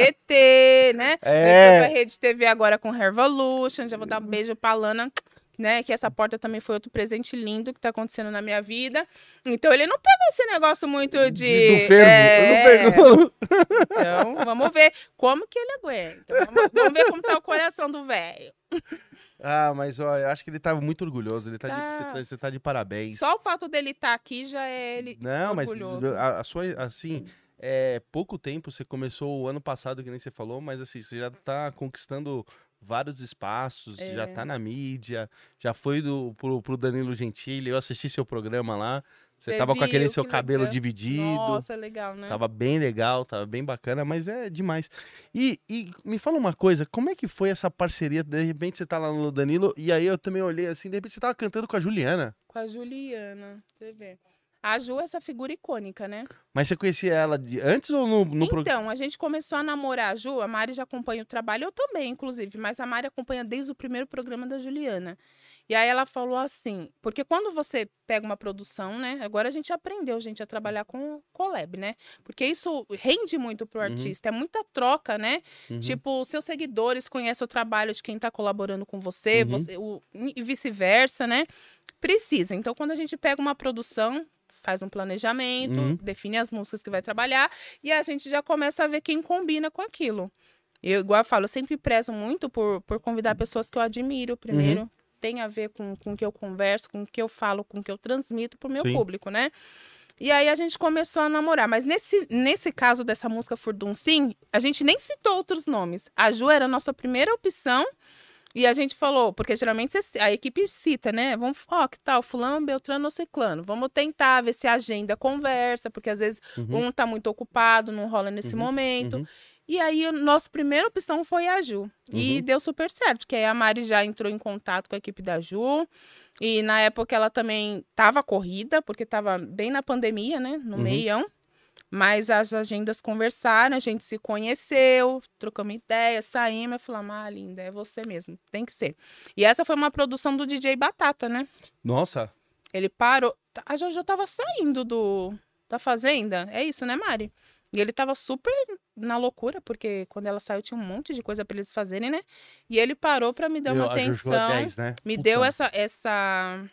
SBT, né? É. Eu fui pra Rede TV agora com Revolution. Já vou dar um beijo pra Lana, né? Que essa porta também foi outro presente lindo que tá acontecendo na minha vida. Então ele não pegou esse negócio muito Do fervo. Não pegou. Então, vamos ver como que ele aguenta. Vamos ver como tá o coração do velho. Ah, mas ó, eu acho que ele tá muito orgulhoso. Ele você tá de parabéns. Só o fato dele estar aqui já é ele Não, orgulhoso. mas a sua, assim, pouco tempo, você começou o ano passado, que nem você falou, mas assim, você já tá conquistando vários espaços, já tá na mídia, já foi pro Danilo Gentili, eu assisti seu programa lá. Você tava com aquele seu cabelo dividido. Nossa, legal, né? Tava bem legal, tava bem bacana, mas é demais. E me fala uma coisa, como é que foi essa parceria? De repente você tá lá no Danilo, e aí eu também olhei assim, de repente você tava cantando com a Juliana. Com a Juliana, você vê. A Ju é essa figura icônica, né? Mas você conhecia ela antes ou no programa? Então, a gente começou a namorar a Ju, a Mari já acompanha o trabalho, eu também, inclusive, mas a Mari acompanha desde o primeiro programa da Juliana. E aí ela falou assim, porque quando você pega uma produção, né? Agora a gente aprendeu, gente, a trabalhar com collab, né? Porque isso rende muito pro artista, é muita troca, né? Tipo, seus seguidores conhecem o trabalho de quem tá colaborando com você, e vice-versa, né? Precisa. Então, quando a gente pega uma produção, faz um planejamento, define as músicas que vai trabalhar, e a gente já começa a ver quem combina com aquilo. Eu, igual eu falo, eu sempre prezo muito por convidar pessoas que eu admiro primeiro, tem a ver com o que eu converso, com o que eu falo, com o que eu transmito pro meu público, né? E aí a gente começou a namorar. Mas nesse caso dessa música Furdun Sim, a gente nem citou outros nomes. A Ju era a nossa primeira opção. E a gente falou, porque geralmente a equipe cita, né? Vamos, que tal, fulano, beltrano ou ciclano. Vamos tentar ver se a agenda conversa, porque às vezes um tá muito ocupado, não rola nesse momento. E aí, a nossa primeira opção foi a Ju. E deu super certo, porque aí a Mari já entrou em contato com a equipe da Ju. E na época ela também estava corrida, porque estava bem na pandemia, né? No meião. Mas as agendas conversaram, a gente se conheceu, trocamos ideias, saímos. Eu falei, linda, é você mesmo, tem que ser. E essa foi uma produção do DJ Batata, né? Nossa. Ele parou. A Jojo tava saindo da fazenda. É isso, né, Mari? E ele tava super na loucura, porque quando ela saiu tinha um monte de coisa pra eles fazerem, né? E ele parou pra me dar uma atenção. A Jojo é 10, né? Me deu essa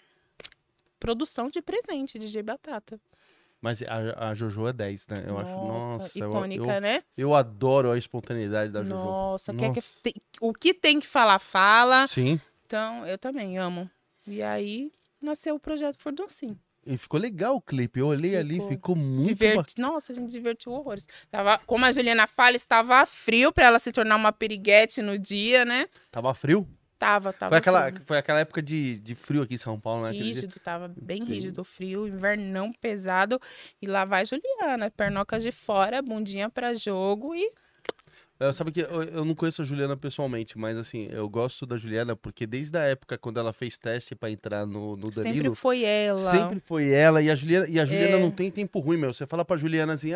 produção de presente, DJ Batata. Mas a Jojo é 10, né? Eu acho, nossa, icônica, né? Eu adoro a espontaneidade da Jojo. Nossa. O que tem que falar, fala. Sim. Então, eu também amo. E aí, nasceu o projeto Furdun Sim. E ficou legal o clipe. Eu olhei ali, ficou muito bacana. Nossa, a gente divertiu horrores. Como a Juliana fala, estava frio para ela se tornar uma piriguete no dia, né? Tava frio? Tava Foi aquela época de frio aqui em São Paulo, né? Rígido, tava bem rígido, frio, invernão pesado. E lá vai Juliana, pernocas de fora, bundinha para jogo e... Sabe que eu não conheço a Juliana pessoalmente, mas assim, eu gosto da Juliana porque desde a época quando ela fez teste pra entrar no Danilo... Sempre foi ela. Sempre foi ela. E a Juliana não tem tempo ruim, meu. Você fala pra Juliana assim,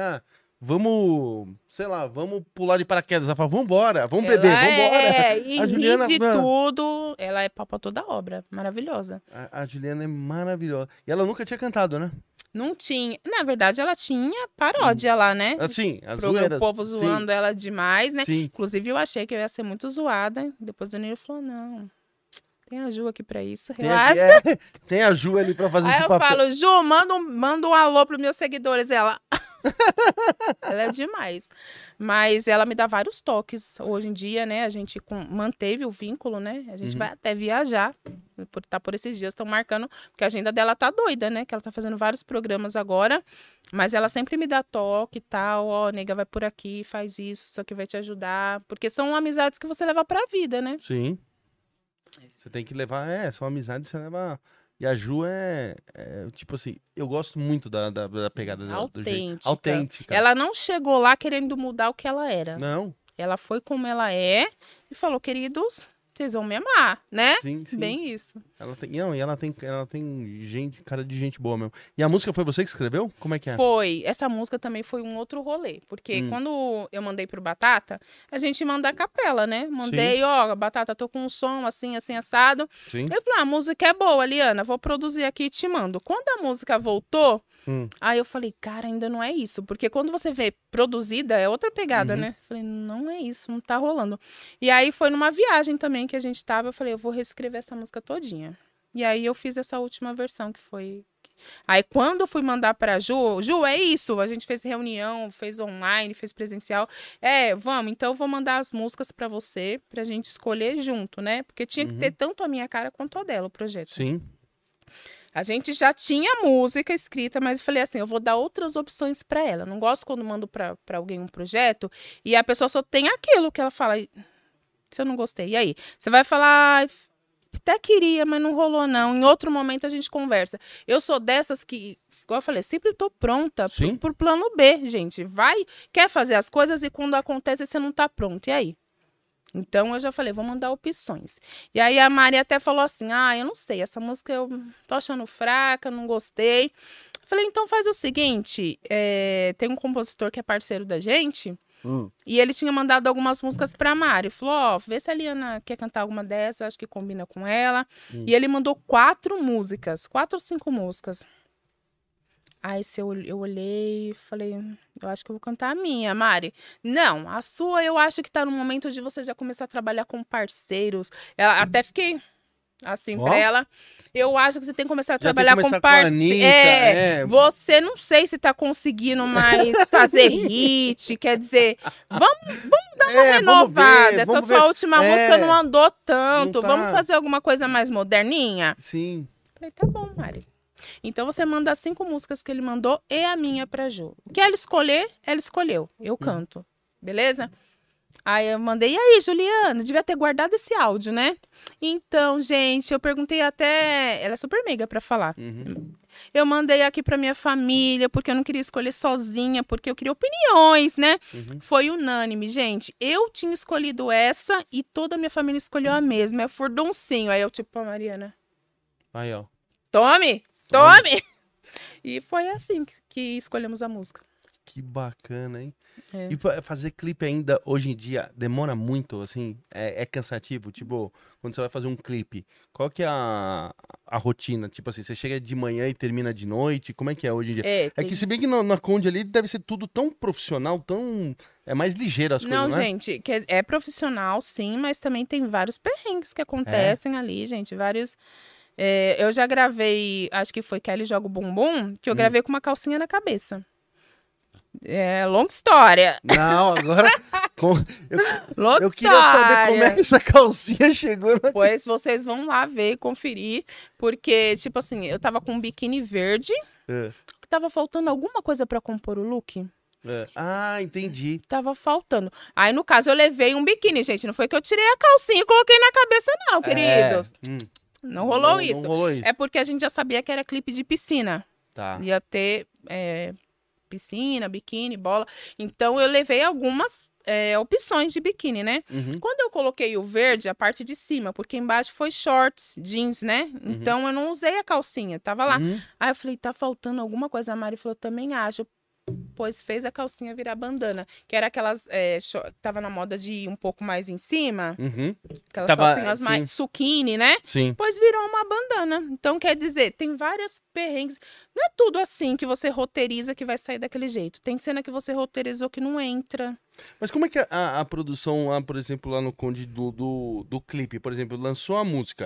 vamos, sei lá, vamos pular de paraquedas. Ela fala, vambora, vamos beber, vambora. E a Juliana, de tudo, ela é papa toda obra, maravilhosa. A Juliana é maravilhosa. E ela nunca tinha cantado, né? Não tinha. Na verdade, ela tinha paródia lá, né? Assim, as zoeiras. O povo zoando ela demais, né? Sim. Inclusive, eu achei que eu ia ser muito zoada. Depois o Danilo falou, não, tem a Ju aqui pra isso, relaxa. Tem a Ju ali pra fazer esse papel. Aí eu falo, Ju, manda um alô pros meus seguidores. Ela, Ela é demais. Mas ela me dá vários toques. Hoje em dia, né, a gente manteve o vínculo, né? A gente vai até viajar. Por esses dias, estão marcando, porque a agenda dela tá doida, né? Que ela tá fazendo vários programas agora. Mas ela sempre me dá toque e tal. Ó, nega, vai por aqui, faz isso aqui vai te ajudar. Porque são amizades que você leva pra vida, né? Sim. Você tem que levar, são amizades que você leva... E a Ju tipo assim, eu gosto muito da pegada dela. Autêntica. Do jeito. Autêntica. Ela não chegou lá querendo mudar o que ela era. Não. Ela foi como ela é e falou, queridos, vocês vão me amar, né? Sim, sim. Bem isso. Ela tem cara de gente boa mesmo. E a música foi você que escreveu? Como é que é? Foi. Essa música também foi um outro rolê. Porque quando eu mandei pro Batata, a gente manda a capela, né? Mandei, ó, Batata, tô com um som assim, assim, assado. Sim. Eu falei, a música é boa, Liana, vou produzir aqui e te mando. Quando a música voltou, aí eu falei, cara, ainda não é isso. Porque quando você vê produzida, é outra pegada, né? Falei, não é isso, não tá rolando. E aí foi numa viagem também que a gente tava, eu falei, eu vou reescrever essa música todinha. E aí eu fiz essa última versão que foi... Aí quando eu fui mandar pra Ju, é isso, a gente fez reunião, fez online, fez presencial. Vamos, então eu vou mandar as músicas pra você, pra gente escolher junto, né? Porque tinha que ter tanto a minha cara quanto a dela, o projeto. Sim. A gente já tinha música escrita, mas eu falei assim, eu vou dar outras opções pra ela. Não gosto quando mando pra alguém um projeto e a pessoa só tem aquilo que ela fala. Se eu não gostei, e aí? Você vai falar, até queria, mas não rolou não. Em outro momento a gente conversa. Eu sou dessas que, igual eu falei, sempre tô pronta pro plano B, gente. Quer fazer as coisas e quando acontece você não tá pronto. E aí? Então eu já falei, vou mandar opções. E aí a Mari até falou assim, eu não sei, essa música eu tô achando fraca, não gostei. Falei, então faz o seguinte, tem um compositor que é parceiro da gente, e ele tinha mandado algumas músicas pra Mari. Falou, vê se a Liana quer cantar alguma dessas, eu acho que combina com ela. E ele mandou 4 ou 5 músicas. Aí eu olhei e falei, eu acho que eu vou cantar a minha, Mari. Não, a sua eu acho que tá no momento de você já começar a trabalhar com parceiros. Até fiquei assim pra ela. Eu acho que você tem que começar a trabalhar com parceiros. Você não sei se tá conseguindo mais fazer hit, quer dizer, vamos dar uma renovada. Essa sua última música não andou tanto. Vamos fazer alguma coisa mais moderninha? Sim. Falei, tá bom, Mari. Então você manda as 5 músicas que ele mandou e a minha pra Ju. O que ela escolher, ela escolheu. Eu canto. Beleza? Aí eu mandei, e aí, Juliana? Devia ter guardado esse áudio, né? Então, gente, eu perguntei até... Ela é super meiga pra falar. Eu mandei aqui pra minha família, porque eu não queria escolher sozinha, porque eu queria opiniões, né? Foi unânime, gente. Eu tinha escolhido essa e toda a minha família escolheu a mesma. É Furduncinho. Aí eu, tipo, a Mariana... Aí, ó. Tome! E foi assim que escolhemos a música. Que bacana, hein? E fazer clipe ainda, hoje em dia, demora muito, assim? É cansativo? Tipo, quando você vai fazer um clipe, qual que é a rotina? Tipo assim, você chega de manhã e termina de noite? Como é que é hoje em dia? É que se bem que na Conde ali deve ser tudo tão profissional, tão... É mais ligeiro as coisas, não é? Não, gente, é profissional, sim, mas também tem vários perrengues que acontecem ali, gente, vários... eu já gravei, acho que foi Kelly Joga o Bumbum, que eu gravei com uma calcinha na cabeça. Longa história. Não, agora... eu queria saber como é que essa calcinha chegou. Pois vocês vão lá ver e conferir, porque, tipo assim, eu tava com um biquíni verde, que tava faltando alguma coisa pra compor o look. Entendi. Tava faltando. Aí, no caso, eu levei um biquíni, gente, não foi que eu tirei a calcinha e coloquei na cabeça, não, queridos. Não rolou isso. Não rolou isso. É porque a gente já sabia que era clipe de piscina. Tá. Ia ter piscina, biquíni, bola. Então, eu levei algumas opções de biquíni, né? Quando eu coloquei o verde, a parte de cima, porque embaixo foi shorts, jeans, né? Então, eu não usei a calcinha, tava lá. Aí, eu falei, tá faltando alguma coisa. A Mari falou, também acho. Pois fez a calcinha virar bandana, que era aquelas que tava na moda de ir um pouco mais em cima, aquelas calcinhas mais suquine, né? Sim. Pois virou uma bandana. Então, quer dizer, tem vários perrengues. Não é tudo assim que você roteiriza que vai sair daquele jeito. Tem cena que você roteirizou que não entra. Mas como é que a produção lá, por exemplo, lá no Conde do clipe, por exemplo, lançou a música,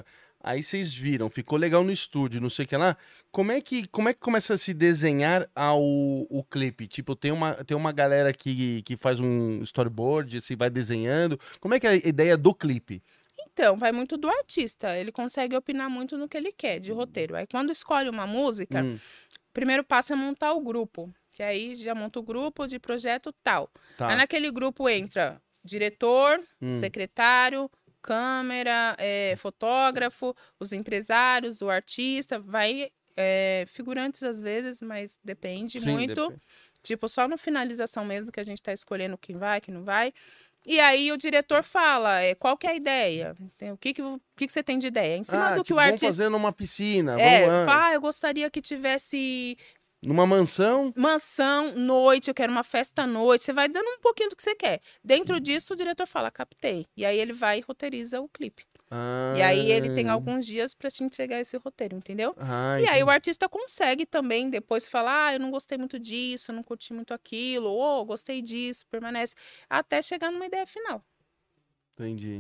Aí vocês viram, ficou legal no estúdio, não sei o que lá. Como é que começa a se desenhar o clipe? Tipo, tem uma galera que faz um storyboard, assim, vai desenhando. Como é que é a ideia do clipe? Então, vai muito do artista. Ele consegue opinar muito no que ele quer de roteiro. Aí, quando escolhe uma música, o primeiro passo é montar o grupo. Que aí já monta o grupo de projeto tal. Tá. Aí naquele grupo entra diretor, secretário, câmera, fotógrafo, os empresários, o artista, vai figurantes às vezes, mas depende muito. Depende. Tipo, só no finalização mesmo que a gente tá escolhendo quem vai, quem não vai. E aí o diretor fala, qual que é a ideia? O que você tem de ideia? Em cima do que o artista... Vamos fazer numa piscina. Eu gostaria que tivesse... Numa mansão? Mansão, noite, eu quero uma festa à noite. Você vai dando um pouquinho do que você quer. Dentro disso, o diretor fala, captei. E aí ele vai e roteiriza o clipe. E aí ele tem alguns dias pra te entregar esse roteiro, entendeu? E aí o artista consegue também depois falar, eu não gostei muito disso, eu não curti muito aquilo, ou gostei disso, permanece. Até chegar numa ideia final. Entendi.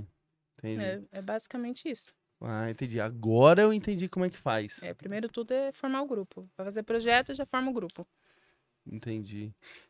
É basicamente isso. Entendi. Agora eu entendi como é que faz. Primeiro tudo é formar o grupo. Vai fazer projeto, já forma o grupo. Entendi.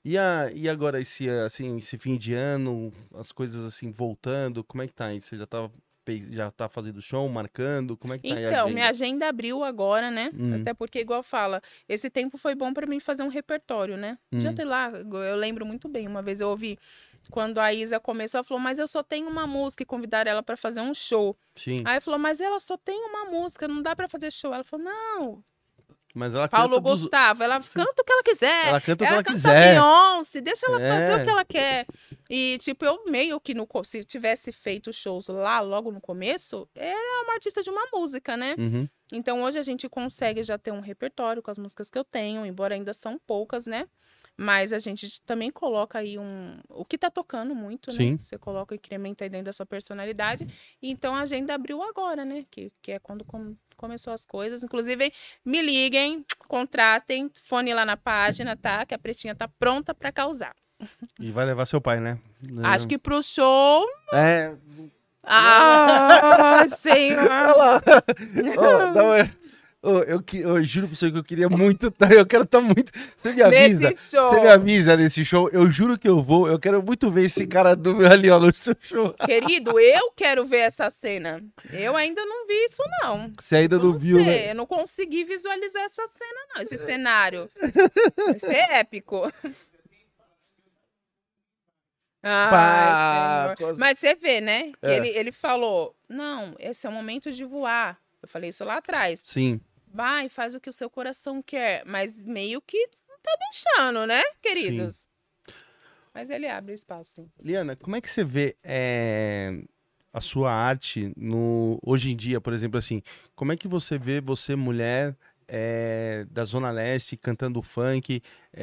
E agora, esse fim de ano, as coisas assim, voltando, como é que tá aí? Você já tá fazendo show, marcando? Como é que tá aí a agenda? Então, minha agenda abriu agora, né? Até porque, igual fala, esse tempo foi bom pra mim fazer um repertório, né? Já tem lá, eu lembro muito bem, uma vez eu ouvi... Quando a Isa começou, ela falou, mas eu só tenho uma música, e convidaram ela pra fazer um show. Sim. Aí ela falou, mas ela só tem uma música, não dá pra fazer show. Ela falou, não. Mas ela Paulo Gustavo, ela canta o que ela quiser. Ela canta o que ela quiser. Beyoncé, deixa ela fazer o que ela quer. E, tipo, eu meio que, se tivesse feito shows lá, logo no começo, era uma artista de uma música, né? Então, hoje a gente consegue já ter um repertório com as músicas que eu tenho, embora ainda são poucas, né? Mas a gente também coloca aí o que tá tocando muito, né? Sim. Você coloca e incrementa aí dentro da sua personalidade. Então, a agenda abriu agora, né? Que é quando começou as coisas. Inclusive, me liguem, contratem, fone lá na página, tá? Que a Pretinha tá pronta pra causar. E vai levar seu pai, né? Acho que pro show... Senhor! Olha lá! Eu juro pra você que eu queria muito estar. Eu quero estar muito. Você me avisa? Você me avisa nesse show? Eu juro que eu vou. Eu quero muito ver esse cara ali, ó, no seu show. Querido, eu quero ver essa cena. Eu ainda não vi isso, não. Você ainda não viu, né? Eu não consegui visualizar essa cena, não. Esse cenário. Vai ser épico. Mas você vê, né? Que ele falou, não, esse é o momento de voar. Eu falei isso lá atrás. Sim. Vai, faz o que o seu coração quer. Mas meio que não tá deixando, né, queridos? Sim. Mas ele abre espaço, sim. Liana, como é que você vê a sua arte hoje em dia, por exemplo, assim? Como é que você vê você, mulher da Zona Leste, cantando funk?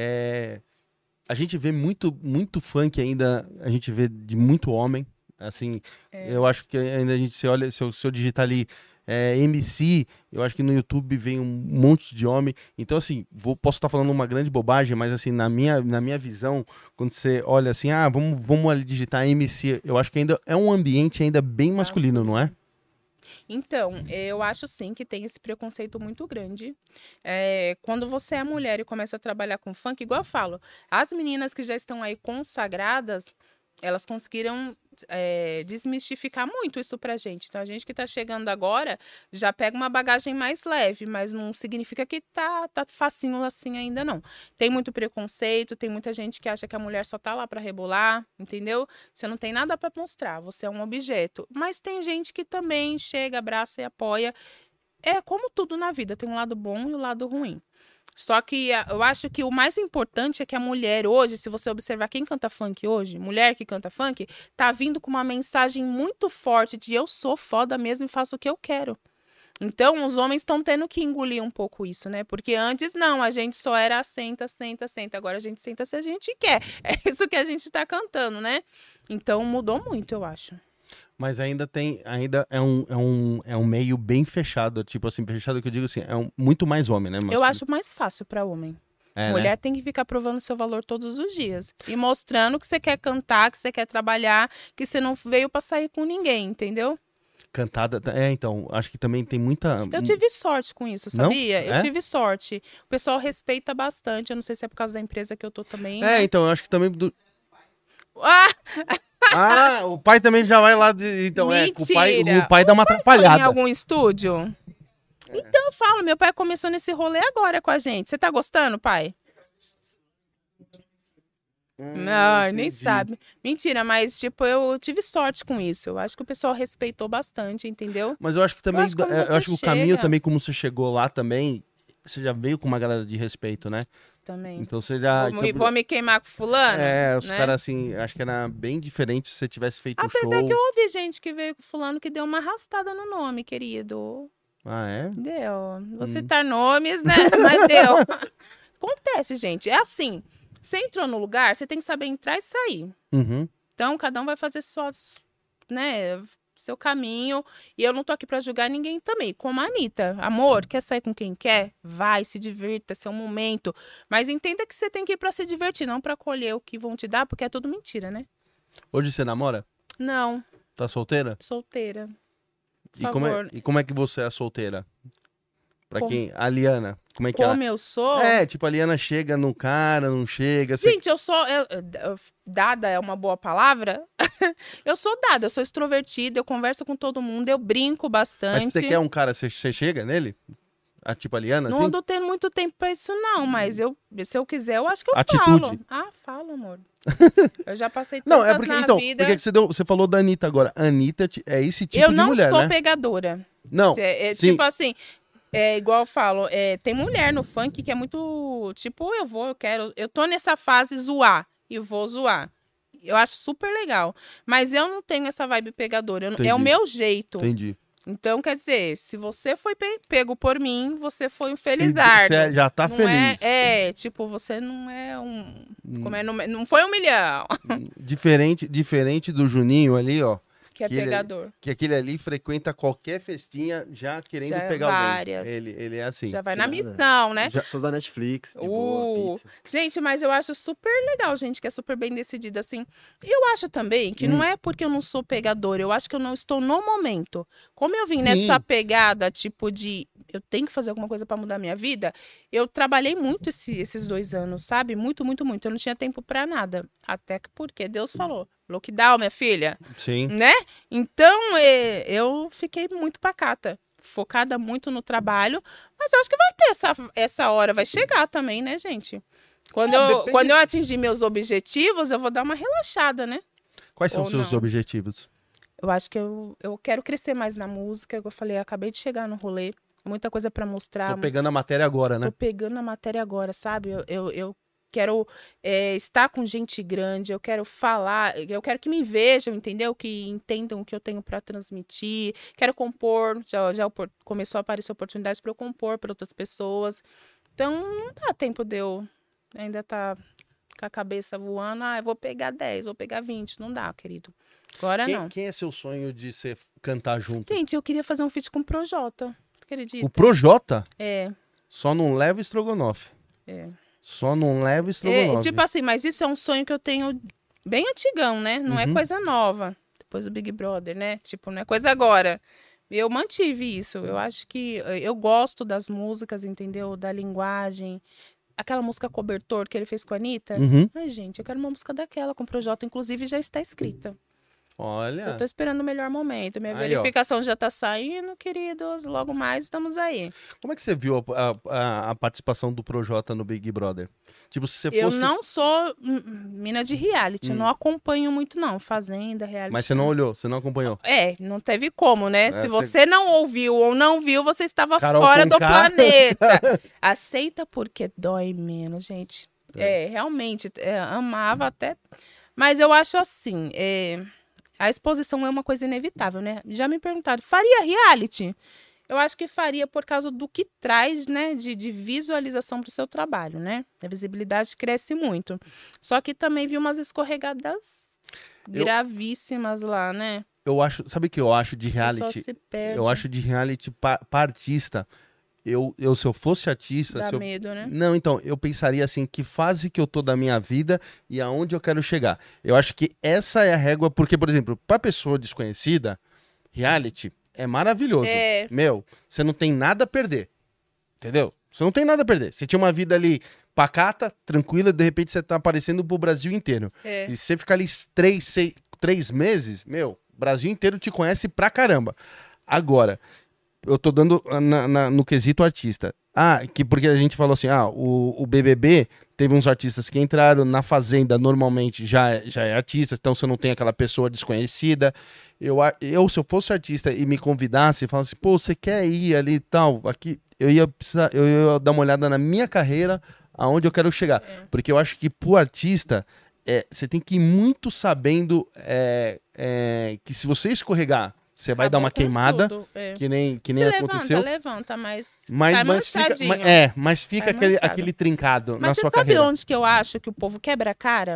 A gente vê muito funk ainda, a gente vê de muito homem. Assim, eu acho que ainda se olha, se eu digitar ali MC, eu acho que no YouTube vem um monte de homem. Então, assim, posso estar falando uma grande bobagem, mas assim, na minha visão, quando você olha assim, vamos ali digitar MC, eu acho que ainda é um ambiente ainda bem masculino, não é? Então, eu acho sim que tem esse preconceito muito grande. Quando você é mulher e começa a trabalhar com funk, igual eu falo, as meninas que já estão aí consagradas, elas conseguiram desmistificar muito isso pra gente. Então, a gente que tá chegando agora já pega uma bagagem mais leve, mas não significa que tá facinho assim ainda, não. Tem muito preconceito, tem muita gente que acha que a mulher só tá lá pra rebolar, entendeu? Você não tem nada pra mostrar, você é um objeto. Mas tem gente que também chega, abraça e apoia. É como tudo na vida, tem um lado bom e o lado ruim. Só que eu acho que o mais importante é que a mulher hoje, se você observar quem canta funk hoje, mulher que canta funk, tá vindo com uma mensagem muito forte de eu sou foda mesmo e faço o que eu quero. Então, os homens estão tendo que engolir um pouco isso, né? Porque antes, não, a gente só era senta, senta, senta. Agora a gente senta se a gente quer. É isso que a gente tá cantando, né? Então, mudou muito, eu acho. Mas ainda é um meio bem fechado, tipo assim, fechado que eu digo assim, muito mais homem, né? Eu acho mais fácil pra homem. Mulher, né? Tem que ficar provando seu valor todos os dias. E mostrando que você quer cantar, que você quer trabalhar, que você não veio pra sair com ninguém, entendeu? Cantada, então, acho que também tem muita... Eu tive sorte com isso, sabia? Não? Eu tive sorte. O pessoal respeita bastante, eu não sei se é por causa da empresa que eu tô também, É, né? então, eu acho que também... Ah! o pai também já vai lá, então, Mentira. o pai dá uma Foi em atrapalhada. algum estúdio? Então eu falo, meu pai começou nesse rolê agora com a gente. Você tá gostando, pai? Não, nem entendi. sabe. Mentira, mas tipo, eu tive sorte com isso. Eu acho que o pessoal respeitou bastante, entendeu? Mas eu acho que também, acho como eu você acho que o caminho chega. também, como você chegou lá também, você já veio com uma galera de respeito, né? Também. Então você já... Vou me queimar com fulano? os né? caras assim, acho que era bem diferente se você tivesse feito um Apesar show. que eu ouvi gente que veio com fulano que deu uma arrastada no nome, querido. Ah, é? Deu. Vou citar nomes, né? Mas deu. Acontece, gente. É assim. Você entrou no lugar, você tem que saber entrar e sair. Uhum. Então, cada um vai fazer seu caminho. E eu não tô aqui pra julgar ninguém também. Como a Anitta. Amor, quer sair com quem quer? Vai, se divirta, seu momento. Mas entenda que você tem que ir pra se divertir, não pra colher o que vão te dar, porque é tudo mentira, né? Hoje você namora? Não, Tá solteira? solteira. Por E favor. como é que você é solteira? Pra Como- quem? A Liana. Como é que ela... Como eu sou... Tipo, a Liana chega no cara, não chega. Gente, dada é uma boa palavra. Eu sou dada, eu sou extrovertida, eu converso com todo mundo, eu brinco Mas bastante. se você quer um cara, você chega nele? Tipo a Liana, Não assim? ando tendo muito tempo pra isso, não, mas se eu quiser, eu acho que eu Atitude. falo. Ah, falo, amor. Eu já passei Não, tantas é porque, na então, vida. porque você falou da Anitta agora. A Anitta é esse tipo Eu de não mulher, sou né? pegadora. Não, sim. Tipo assim, igual eu falo, tem mulher no funk que é muito, tipo, eu tô nessa fase zoar e vou zoar. Eu acho super legal. Mas eu não tenho essa vibe pegadora. É o Entendi. meu jeito. Entendi. Então, quer dizer, se você foi pego por mim, você foi um Se felizardo. você já tá Não feliz. tipo, você não é um... Como é? Não foi 1 milhão. Diferente do Juninho ali, ó. Que é Que ele- pegador. Que aquele ali frequenta qualquer festinha já querendo Já pegar várias. alguém. Ele é assim. Já vai na nada. missão, né? Já sou da Netflix, de boa, pizza. Gente, mas eu acho super legal, gente, que é super bem decidida, assim. E eu acho também que não é porque eu não sou pegadora, eu acho que eu não estou no momento. Como eu vim Sim. nessa pegada, tipo, de eu tenho que fazer alguma coisa pra mudar minha vida, eu trabalhei muito esses 2 anos, sabe? Muito, muito, muito. Eu não tinha tempo pra nada. Até que porque Deus falou, lockdown, minha filha. Sim. Né? Então, eu fiquei muito pacata, focada muito no trabalho, mas eu acho que vai ter essa hora, vai chegar também, né, gente? depende- Quando eu atingir meus objetivos, eu vou dar uma relaxada, né? Quais são Ou os seus não. objetivos? Eu acho que eu quero crescer mais na música, eu falei, acabei de chegar no rolê, muita coisa pra mostrar. Tô pegando a matéria agora, né? Tô pegando a matéria agora, sabe? Eu quero estar com gente grande, eu quero falar, eu quero que me vejam, entendeu? Que entendam o que eu tenho para transmitir. Quero compor, começou a aparecer oportunidades para eu compor para outras pessoas. Então, não dá tempo de eu ainda tá com a cabeça voando. Eu vou pegar 10, vou pegar 20. Não dá, querido. Agora não. Quem é seu sonho de você cantar junto? Gente, eu queria fazer um feat com o Projota. Acredita? O Projota? É. Só não leva estrogonofe. É. Só não leva estrogonofe. Tipo assim, mas isso é um sonho que eu tenho bem antigão, né? Não é coisa nova. Depois do Big Brother, né? Tipo, não é coisa agora. Eu mantive isso. Eu acho que eu gosto das músicas, entendeu? Da linguagem. Aquela música Cobertor que ele fez com a Anitta. Uhum. Ai, gente, eu quero uma música daquela com o Projota. Inclusive, já está escrita. Olha. Eu tô esperando o melhor momento. Minha Aí, verificação já tá saindo, queridos. Logo mais, estamos aí. Como é que você viu a participação do Projota no Big Brother? Tipo, se você Eu fosse... não sou mina de reality. Eu não acompanho muito, não. Fazenda, reality. Mas você não olhou, você não acompanhou. Não teve como, né? Se você- você não ouviu ou não viu, você estava Carol fora do Conká. planeta. Aceita porque dói menos, gente. Realmente, amava até... Mas eu acho assim, a exposição é uma coisa inevitável, né? Já me perguntaram, faria reality? Eu acho que faria por causa do que traz, né, de visualização para o seu trabalho, né? A visibilidade cresce muito. Só que também vi umas escorregadas gravíssimas lá, né? Eu acho, sabe o que eu acho de O reality? pessoal se perde. Eu acho de reality pra artista. Se eu fosse artista... Dá se eu... medo, né? Não, então, eu pensaria assim, que fase que eu tô da minha vida e aonde eu quero chegar. Eu acho que essa é a régua, porque, por exemplo, pra pessoa desconhecida, reality é maravilhoso. Meu, você não tem nada a perder. Entendeu? Você não tem nada a perder. Você tinha uma vida ali pacata, tranquila, de repente você tá aparecendo pro Brasil inteiro. E você fica ali 3 meses, meu, o Brasil inteiro te conhece pra caramba. Agora, eu tô dando no quesito artista. Porque a gente falou assim, o BBB teve uns artistas que entraram, na Fazenda normalmente já é artista, então você não tem aquela pessoa desconhecida. Se eu fosse artista e me convidasse e falasse, pô, você quer ir ali e tal, aqui, eu ia dar uma olhada na minha carreira, aonde eu quero chegar. Porque eu acho que pro artista, você tem que ir muito sabendo que se você escorregar, você vai dar uma queimada, que nem aconteceu. Levanta, mas fica aquele trincado na sua carreira. Mas você sabe onde que eu acho que o povo quebra a cara?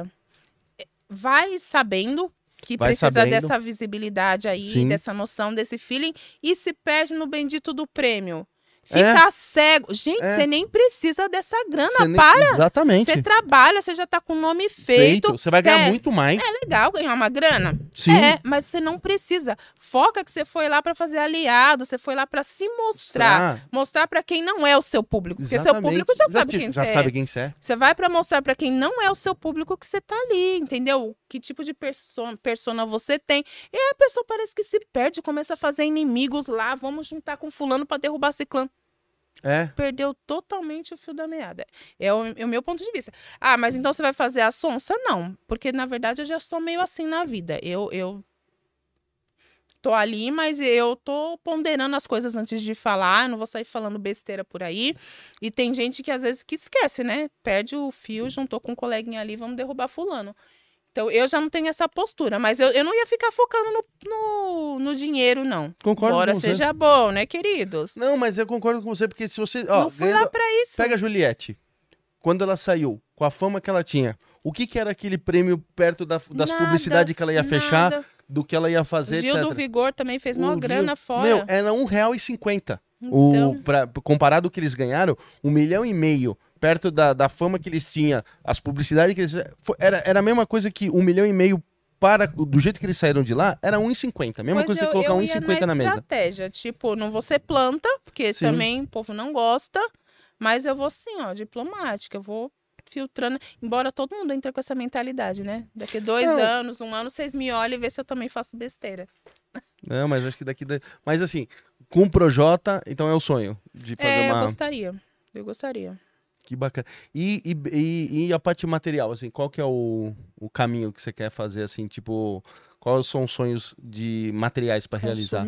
Vai sabendo que precisa dessa visibilidade aí, Sim. dessa noção, desse feeling, e se perde no bendito do prêmio. Fica cego. Gente, você nem precisa dessa grana, Exatamente. Você trabalha, você já tá com o nome feito. Você vai ganhar muito mais. É legal ganhar uma grana. Sim. Mas você não precisa. Foca que você foi lá pra fazer aliado, você foi lá pra se mostrar. Mostrar pra quem não é o seu público. Porque seu público já sabe quem você é. Já sabe quem você é. Você vai pra mostrar pra quem não é o seu público que você tá ali, entendeu? Que tipo de persona você tem. E aí a pessoa parece que se perde, começa a fazer inimigos lá. Vamos juntar com fulano pra derrubar ciclano. Perdeu totalmente o fio da meada. É o meu ponto de vista. Mas então você vai fazer a sonsa? Não. Porque, na verdade, eu já sou meio assim na vida. Eu tô ali, mas eu tô ponderando as coisas antes de falar. Eu não vou sair falando besteira por aí. E tem gente que, às vezes, que esquece, né? Perde o fio, juntou com um coleguinha ali, vamos derrubar fulano. Então, eu já não tenho essa postura, mas eu não ia ficar focando no dinheiro, não. Concordo Embora com você. seja bom, né, queridos? Não, mas eu concordo com você, porque se você... não fui lá pra isso. Pega a Juliette. Quando ela saiu, com a fama que ela tinha, o que era aquele prêmio perto das publicidades que ela ia fechar, do que ela ia fazer, Gil etc. do Vigor também fez maior grana fora. Meu, era R$1,50. Então... Comparado ao que eles ganharam, R$1,5 milhão, perto da fama que eles tinham, as publicidades que eles... Era a mesma coisa que R$1,5 milhão do jeito que eles saíram de lá, era R$1,50. Mesma coisa que você colocar R$1,50 na mesa. Estratégia, tipo, não vou ser planta, porque também o povo não gosta, mas eu vou assim, diplomática, eu vou filtrando, embora todo mundo entre com essa mentalidade, né? Daqui 2 anos, 1 ano, vocês me olhem e vê se eu também faço besteira. Não, mas acho que Mas assim, com o Projota, então é o sonho de fazer uma... Eu gostaria. Que bacana. E a parte material, assim, qual que é o caminho que você quer fazer, assim, tipo, quais são os sonhos de materiais para realizar?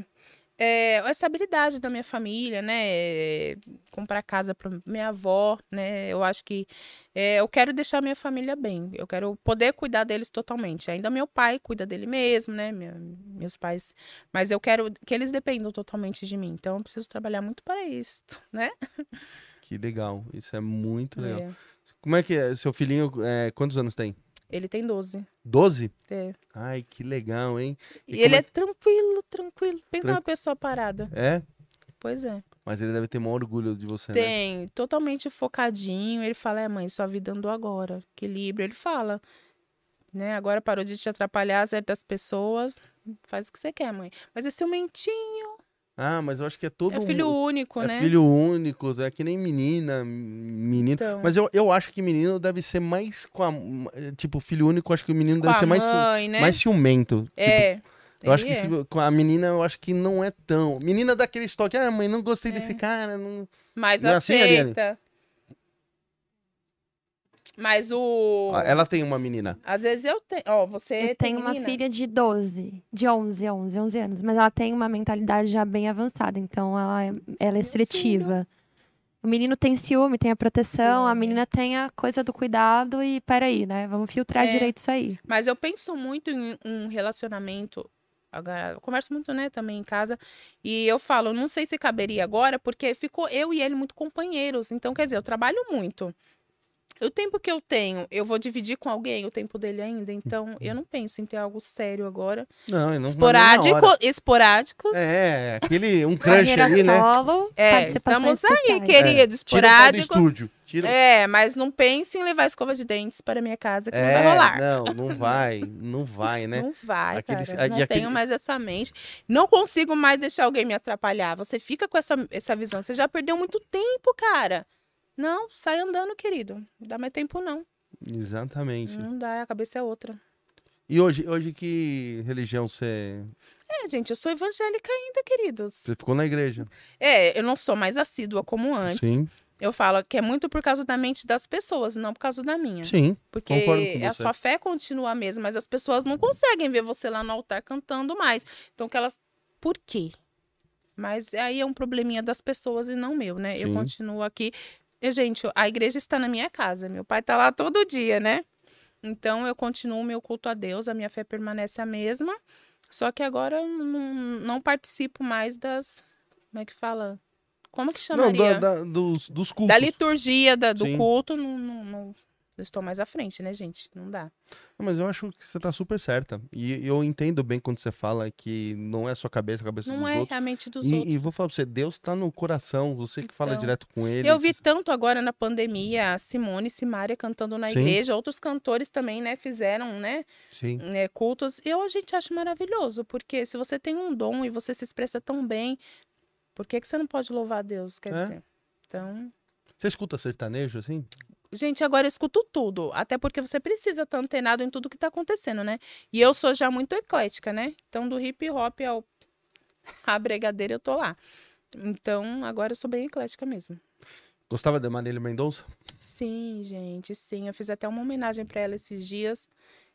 A estabilidade da minha família, né? Comprar casa para minha avó, né? Eu acho que eu quero deixar minha família bem. Eu quero poder cuidar deles totalmente. Ainda meu pai cuida dele mesmo, né? Meus pais. Mas eu quero que eles dependam totalmente de mim. Então eu preciso trabalhar muito para isso, né? Que legal. Isso é muito legal. Como é que é? Seu filhinho, quantos anos tem? Ele tem 12. 12? Ai, que legal, hein? E ele é tranquilo. Pensa numa pessoa parada. Pois é. Mas ele deve ter um orgulho de você, Tem, né? Totalmente focadinho. Ele fala, mãe, sua vida andou agora. Equilíbrio. Ele fala, né? Agora parou de te atrapalhar certas pessoas. Faz o que você quer, mãe. Mas é ciumentinho. Mas eu acho que é todo... É filho único, né? É filho único, é que nem menino. Então... Mas eu acho que menino deve ser mais tipo, filho único, acho que o menino deve ser mãe, né? mais ciumento. Tipo, eu acho que com a menina, eu acho que não é tão... Menina dá aquele estoque, mãe, não gostei desse cara. Não... Mas não aceita. É assim, mas ela tem uma menina. Às vezes eu tenho... você tem uma filha de 11 anos. Mas ela tem uma mentalidade já bem avançada. Então, ela é seletiva. O menino tem ciúme, tem a proteção. A menina tem a coisa do cuidado. E peraí, né? Vamos filtrar direito isso aí. Mas eu penso muito em um relacionamento... Eu converso muito, né, também em casa. E eu falo, não sei se caberia agora. Porque ficou eu e ele muito companheiros. Então, quer dizer, eu trabalho muito. O tempo que eu tenho, eu vou dividir com alguém o tempo dele ainda. Então, eu não penso em ter algo sério agora. Não Esporádicos. Um crush ali, né? Solo, estamos aí, querido. Esporádicos. Tira... mas não pense em levar escova de dentes para minha casa, que não vai rolar. Não vai, né? Não vai, Aquele- cara. Não e aquele- tenho mais essa mente. Não consigo mais deixar alguém me atrapalhar. Você fica com essa visão. Você já perdeu muito tempo, cara. Não, sai andando, querido. Não dá mais tempo, não. Exatamente. Não dá, a cabeça é outra. E hoje que religião você Gente, eu sou evangélica ainda, queridos. ficou na igreja? Eu não sou mais assídua como antes. Sim, Eu falo que é muito por causa da mente das pessoas, não por causa da minha. sim. Porque Concordo com a você. sua fé continua a mesma, mas as pessoas não conseguem ver você lá no altar cantando mais. Então, que elas... Por quê? Mas aí é um probleminha das pessoas e não meu, né? Eu Sim. continuo aqui. Gente, a igreja está na minha casa. Meu pai está lá todo dia, né? Então, eu continuo o meu culto a Deus. A minha fé permanece a mesma. Só que agora eu não participo mais das... Como é que fala? Como que chamaria? Não, dos cultos. Da liturgia do Sim. culto, não estou mais à frente, né, gente? Não dá. Não, mas eu acho que você tá super certa. E eu entendo bem quando você fala que não é a sua cabeça, a cabeça Não dos é outros. a mente dos outros. E vou falar pra você, Deus tá no coração, você que fala Então, direto com ele. Eu vi tanto agora na pandemia a Simone e Simária cantando na Sim. igreja, outros cantores também, né, fizeram, né, Sim. cultos. A gente acha maravilhoso, porque se você tem um dom e você se expressa tão bem, por que você não pode louvar a Deus, quer dizer? Então... Você escuta sertanejo, assim? Gente, agora eu escuto tudo, até porque você precisa estar antenado em tudo que tá acontecendo, né? E eu sou já muito eclética, né? Então, do hip hop à bregadeira, eu tô lá. Então, agora eu sou bem eclética mesmo. Gostava da Marília Mendonça? Sim, gente, sim. Eu fiz até uma homenagem para ela esses dias.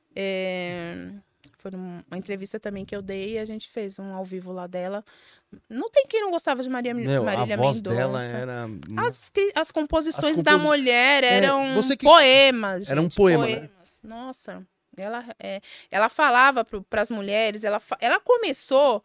Foi uma entrevista também que eu dei e a gente fez um ao vivo lá dela. Não tem quem não gostava de Marília a voz Mendonça. dela era... As composições da mulher eram você que- poemas, gente. Era um poema, né? poemas. Nossa, ela falava para as mulheres, ela começou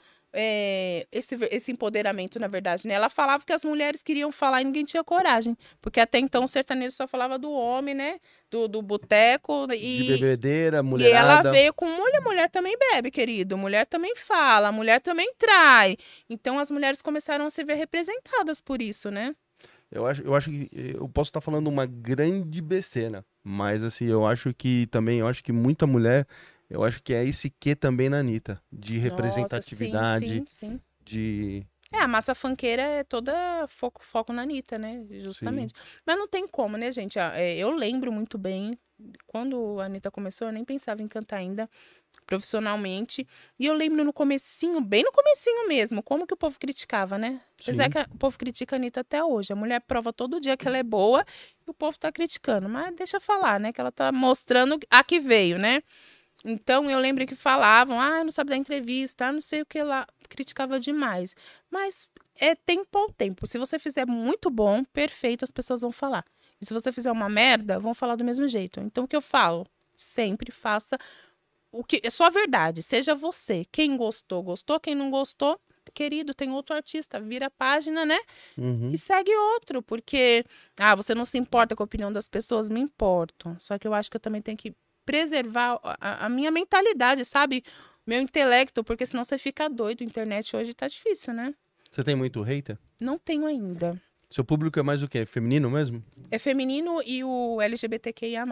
esse empoderamento, na verdade, né? Ela falava que as mulheres queriam falar e ninguém tinha coragem. Porque até então o sertanejo só falava do homem, né? Do boteco. De bebedeira, E mulherada. ela veio com mulher também bebe, querido. Mulher também fala, mulher também trai. Então as mulheres começaram a se ver representadas por isso, né? Eu acho que eu posso estar falando uma grande besteira, mas assim, eu acho que muita mulher, eu acho que é esse quê também na Anitta, de representatividade, Sim. de... A massa funkeira é toda foco na Anitta, né? Justamente. Mas não tem como, né, gente? Eu lembro muito bem, quando a Anitta começou, eu nem pensava em cantar ainda profissionalmente. E eu lembro no comecinho, bem no comecinho mesmo, como que o povo criticava, né? Apesar que o povo critica a Anitta até hoje. A mulher prova todo dia que ela é boa e o povo tá criticando. Mas deixa eu falar, né? Que ela tá mostrando a que veio, né? Então, eu lembro que falavam, não sabe dar entrevista, não sei o que lá, criticava demais. Mas é tempo ao tempo. Se você fizer muito bom, perfeito, as pessoas vão falar. E se você fizer uma merda, vão falar do mesmo jeito. Então, o que eu falo? Sempre faça o que é sua verdade, seja você. Quem gostou, gostou. Quem não gostou, querido, tem outro artista. Vira a página, né? Uhum. E segue outro. Porque, você não se importa com a opinião das pessoas? Me importo. Só que eu acho que eu também tenho que preservar a minha mentalidade, sabe? Meu intelecto, porque senão você fica doido. A internet hoje tá difícil, né? Você tem muito hater? Não tenho ainda. Seu público é mais o quê? Feminino mesmo? É feminino e o LGBTQIA+.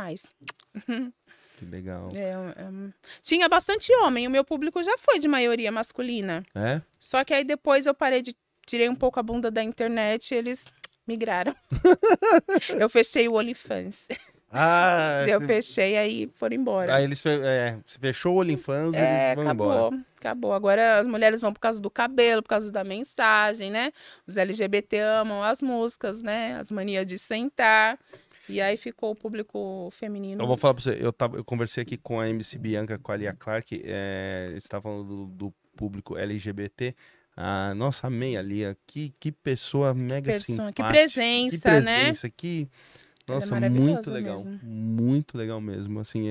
Que legal. Tinha bastante homem, o meu público já foi de maioria masculina. É? Só que aí depois eu tirei um pouco a bunda da internet e eles migraram. Eu fechei o OnlyFans. Eu fechei, aí foram embora. Aí você fechou o OnlyFans e eles vão embora. Acabou. Agora as mulheres vão por causa do cabelo, por causa da mensagem, né? Os LGBT amam as músicas, né? As manias de sentar. E aí ficou o público feminino. Eu vou falar pra você, eu conversei aqui com a MC Bianca, com a Lia Clark, eles estavam falando do público LGBT. Nossa, amei a Lia. Que pessoa mega simpática. Que presença, né? Nossa, Ela é muito legal. mesmo. Muito legal mesmo. Assim,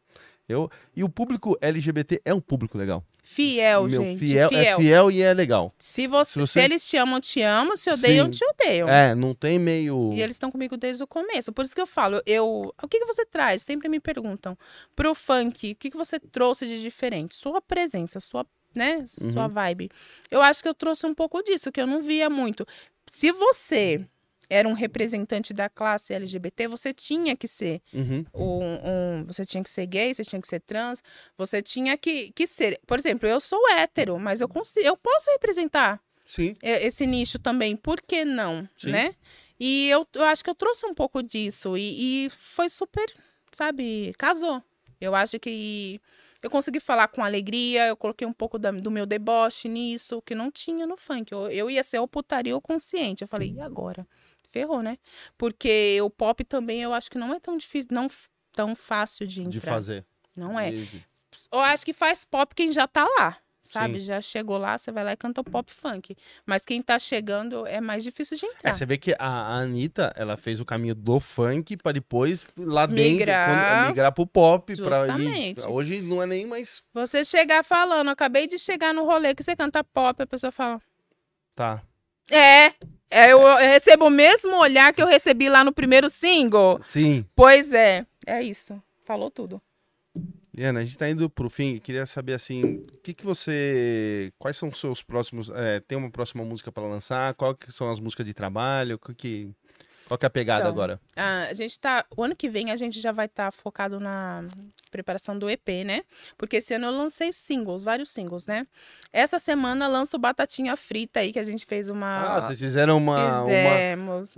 e o público LGBT é um público legal. Fiel, Meu, gente. fiel. É fiel e é legal. Se eles te amam, te amam. Se odeiam, te odeiam. Não tem meio... E eles estão comigo desde o começo. Por isso que eu falo, o que você traz? Sempre me perguntam. Pro funk, o que você trouxe de diferente? Sua presença, sua vibe. Eu acho que eu trouxe um pouco disso, que eu não via muito. Se você era um representante da classe LGBT, você tinha que ser você tinha que ser gay, você tinha que ser trans, você tinha que ser. Por exemplo, eu sou hétero, mas eu posso representar esse nicho também. Por que não? Né? E eu acho que eu trouxe um pouco disso e foi super, sabe, casou. Eu acho que eu consegui falar com alegria, eu coloquei um pouco do meu deboche nisso, que não tinha no funk. Eu ia ser o putaria ou consciente. Eu falei, e agora? Ferrou, né? Porque o pop também eu acho que não é tão difícil, não tão fácil de entrar. De fazer. Não é. Eu acho que faz pop quem já tá lá, sabe? Sim. Já chegou lá, você vai lá e canta o pop funk. Mas quem tá chegando é mais difícil de entrar. Você vê que a Anitta, ela fez o caminho do funk pra depois lá dentro migrar pro pop. Justamente. Hoje não é nem mais... Você chegar falando, acabei de chegar no rolê que você canta pop, a pessoa fala... Tá. Eu recebo o mesmo olhar que eu recebi lá no primeiro single. Sim. Pois é isso. Falou tudo. Liana, a gente tá indo pro fim. Queria saber, assim, quais são os seus próximos... tem uma próxima música para lançar? Qual que são as músicas de trabalho? Qual que é a pegada agora? A gente o ano que vem a gente já vai estar focado na preparação do EP, né? Porque esse ano eu lancei vários singles, né? Essa semana lanço Batatinha Frita aí, que a gente fez uma... vocês fizeram Fizemos.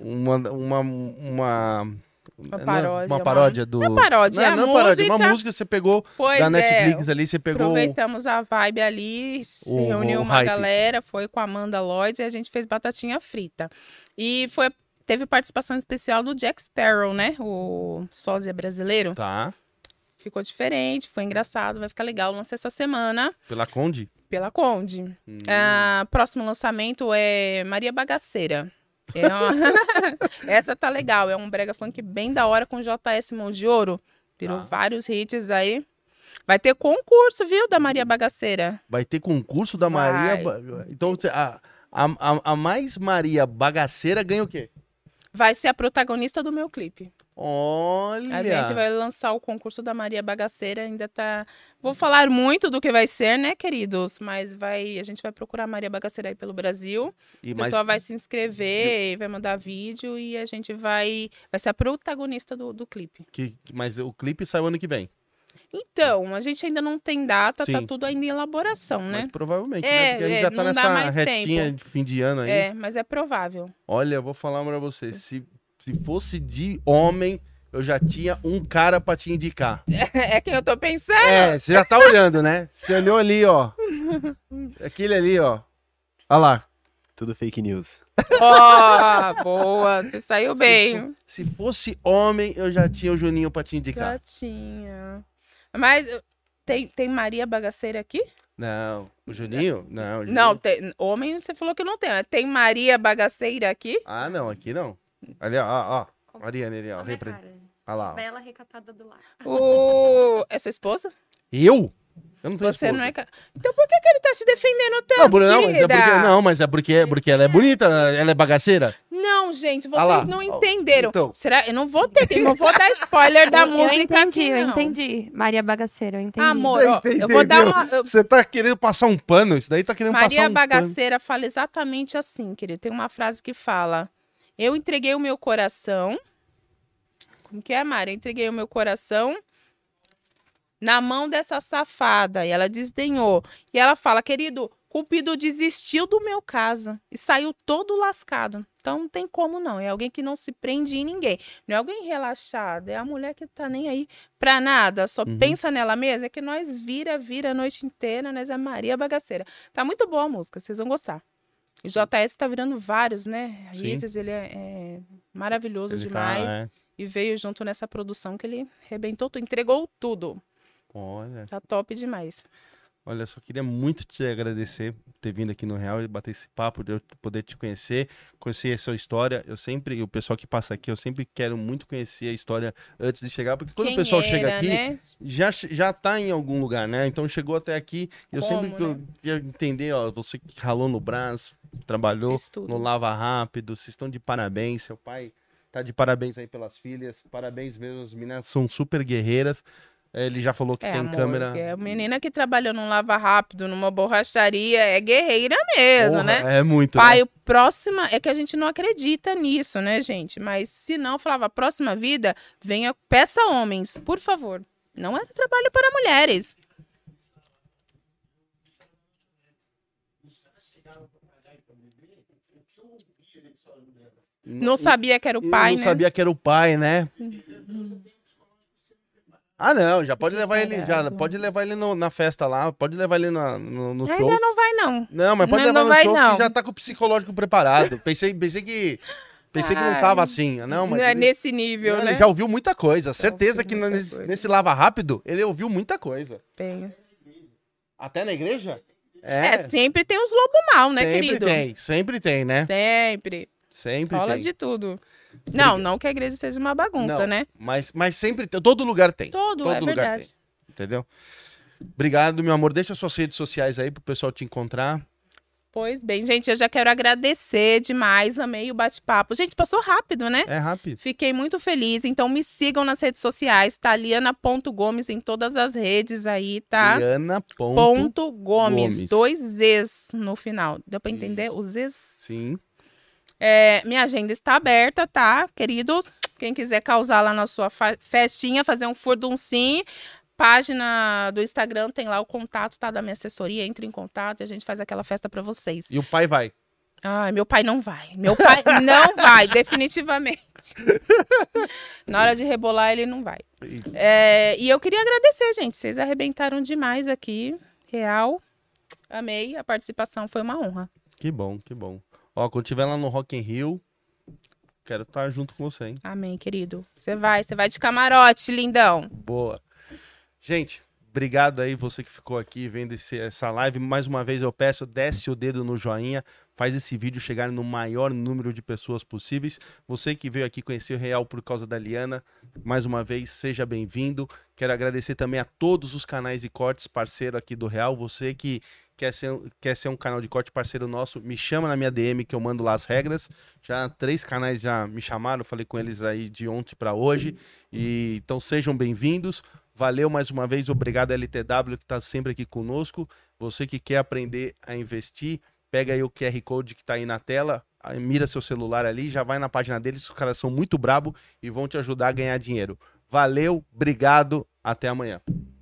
Uma paródia do... Não é paródia, não, paródia. Uma música você pegou da Netflix ali, você pegou... Aproveitamos a vibe ali, se reuniu uma galera, foi com a Amanda Lloyd e a gente fez Batatinha Frita. E teve participação especial do Jack Sparrow, né? O sósia brasileiro. Tá. Ficou diferente, foi engraçado, vai ficar legal. Lancei essa semana. Pela Conde? Pela Conde. Próximo lançamento é Maria Bagaceira. Essa tá legal, é um brega funk bem da hora com JS Mãos de Ouro. Virou vários hits aí. Vai ter concurso, viu, da Maria Bagaceira. Vai ter concurso da Maria... Então, a mais Maria Bagaceira ganha o quê? Vai ser a protagonista do meu clipe. Olha! A gente vai lançar o concurso da Maria Bagaceira, ainda tá... Vou falar muito do que vai ser, né, queridos? Mas a gente vai procurar a Maria Bagaceira aí pelo Brasil. O pessoal vai se inscrever, vai mandar vídeo e a gente vai ser a protagonista do clipe. Mas o clipe sai o ano que vem? Então, a gente ainda não tem data, Sim. Tá tudo ainda em elaboração, né? Mas provavelmente, né? Porque a gente já tá nessa retinha de fim de ano aí. Mas é provável. Olha, eu vou falar pra você, se fosse de homem, eu já tinha um cara pra te indicar. É quem eu tô pensando? Você já tá olhando, né? Você olhou ali, ó. Aquele ali, ó. Olha lá. Tudo fake news. Boa, você saiu bem. Se fosse homem, eu já tinha o Juninho pra te indicar. Já tinha. Mas tem Maria Bagaceira aqui? Não. O Juninho? Não. Não, homem você falou que não tem. Tem Maria Bagaceira aqui? Ah, não, aqui não. Ali, ó. Mariana ali, ó. Olha lá. Bela recatada do lar. É sua esposa? Eu? Eu não tenho Você esposa. não é... Então por que ele tá te defendendo tanto, Mas é porque ela é bonita, ela é bagaceira. Não, gente, vocês não entenderam. Então. Será? Eu não vou dar spoiler da música eu entendi. Maria Bagaceira, eu entendi. Amor, eu vou dar uma... Você tá querendo passar um pano? Isso daí tá querendo passar um Maria Bagaceira fala exatamente assim, querido. Tem uma frase que fala... Eu entreguei o meu coração... Como que é, Mari? Eu entreguei o meu coração... na mão dessa safada, e ela desdenhou. E ela fala, querido, Cupido desistiu do meu caso e saiu todo lascado. Então não tem como não, é alguém que não se prende em ninguém. Não é alguém relaxado, é a mulher que tá nem aí pra nada, só pensa nela mesma. É que nós vira a noite inteira, nós é Maria Bagaceira. Tá muito boa a música, vocês vão gostar. E JS tá virando vários, né? Hits, ele é maravilhoso ele demais. E veio junto nessa produção que ele arrebentou tudo, entregou tudo. Olha. Tá top demais. Olha, só queria muito te agradecer por ter vindo aqui no Real e bater esse papo, de eu poder te conhecer a sua história. O pessoal que passa aqui, eu sempre quero muito conhecer a história antes de chegar, porque quando o pessoal chega aqui, né? já tá em algum lugar, né? Então chegou até aqui, eu sempre queria entender, ó, você que ralou no Brás, trabalhou no Lava Rápido, vocês estão de parabéns, seu pai tá de parabéns aí pelas filhas, parabéns mesmo, as meninas são super guerreiras. Ele já falou que tem amor, câmera. É a menina que trabalhou num Lava Rápido, numa borracharia, é guerreira mesmo, Porra, né? É muito, Pai, né? próxima, é que a gente não acredita nisso, né, gente? Mas se não, falava, próxima vida, venha, peça homens, por favor. Não é trabalho para mulheres. Não sabia que era o pai, não né? sabia que era o pai, né? Ah, não, já pode levar ele, na festa lá, pode levar ele no show. Ainda não vai, não. Não, mas pode Não levar no vai, show não. que já tá com o psicológico preparado. Pensei que não tava assim. Não, mas Não é ele, nesse nível, ele né? já ouviu muita coisa. Certeza que ouviu muita coisa. nesse Lava Rápido, ele ouviu muita coisa. Tem. Até na igreja? Sempre tem os lobos mal, né, querido? Sempre tem, né? Sempre Rola tem. de tudo. Não que a igreja seja uma bagunça, Não, né? Mas sempre tem, todo lugar tem. Todo é lugar verdade. tem. Entendeu? Obrigado, meu amor. Deixa suas redes sociais aí pro pessoal te encontrar. Pois bem, gente, eu já quero agradecer demais, amei o bate-papo. Gente, passou rápido, né? É rápido. Fiquei muito feliz, então me sigam nas redes sociais, tá? Liana.gomes em todas as redes aí, tá? Liana.Gomes. 2 Zs no final. Deu pra entender? Os Zs? Sim. Minha agenda está aberta, tá, queridos? Quem quiser causar lá na sua festinha, fazer um furduncinho, página do Instagram, tem lá o contato, tá, da minha assessoria, entre em contato e a gente faz aquela festa pra vocês. E o pai vai? Ai, meu pai não vai. Meu pai não vai, definitivamente. Na hora de rebolar, ele não vai. E eu queria agradecer, gente. Vocês arrebentaram demais aqui. Real. Amei. A participação foi uma honra. Que bom, que bom. Ó, quando estiver lá no Rock in Rio, quero estar junto com você, hein? Amém, querido. Você vai de camarote, lindão. Boa. Gente, obrigado aí você que ficou aqui vendo essa live. Mais uma vez eu peço, desce o dedo no joinha, faz esse vídeo chegar no maior número de pessoas possíveis. Você que veio aqui conhecer o Real por causa da Liana, mais uma vez, seja bem-vindo. Quero agradecer também a todos os canais de cortes parceiro aqui do Real. Você que quer ser um canal de corte parceiro nosso, me chama na minha DM que eu mando lá as regras. Já 3 canais já me chamaram, falei com eles aí de ontem para hoje. Então sejam bem-vindos. Valeu mais uma vez, obrigado LTW que está sempre aqui conosco. Você que quer aprender a investir, pega aí o QR Code que está aí na tela, mira seu celular ali, já vai na página deles, os caras são muito brabo e vão te ajudar a ganhar dinheiro. Valeu, obrigado, até amanhã.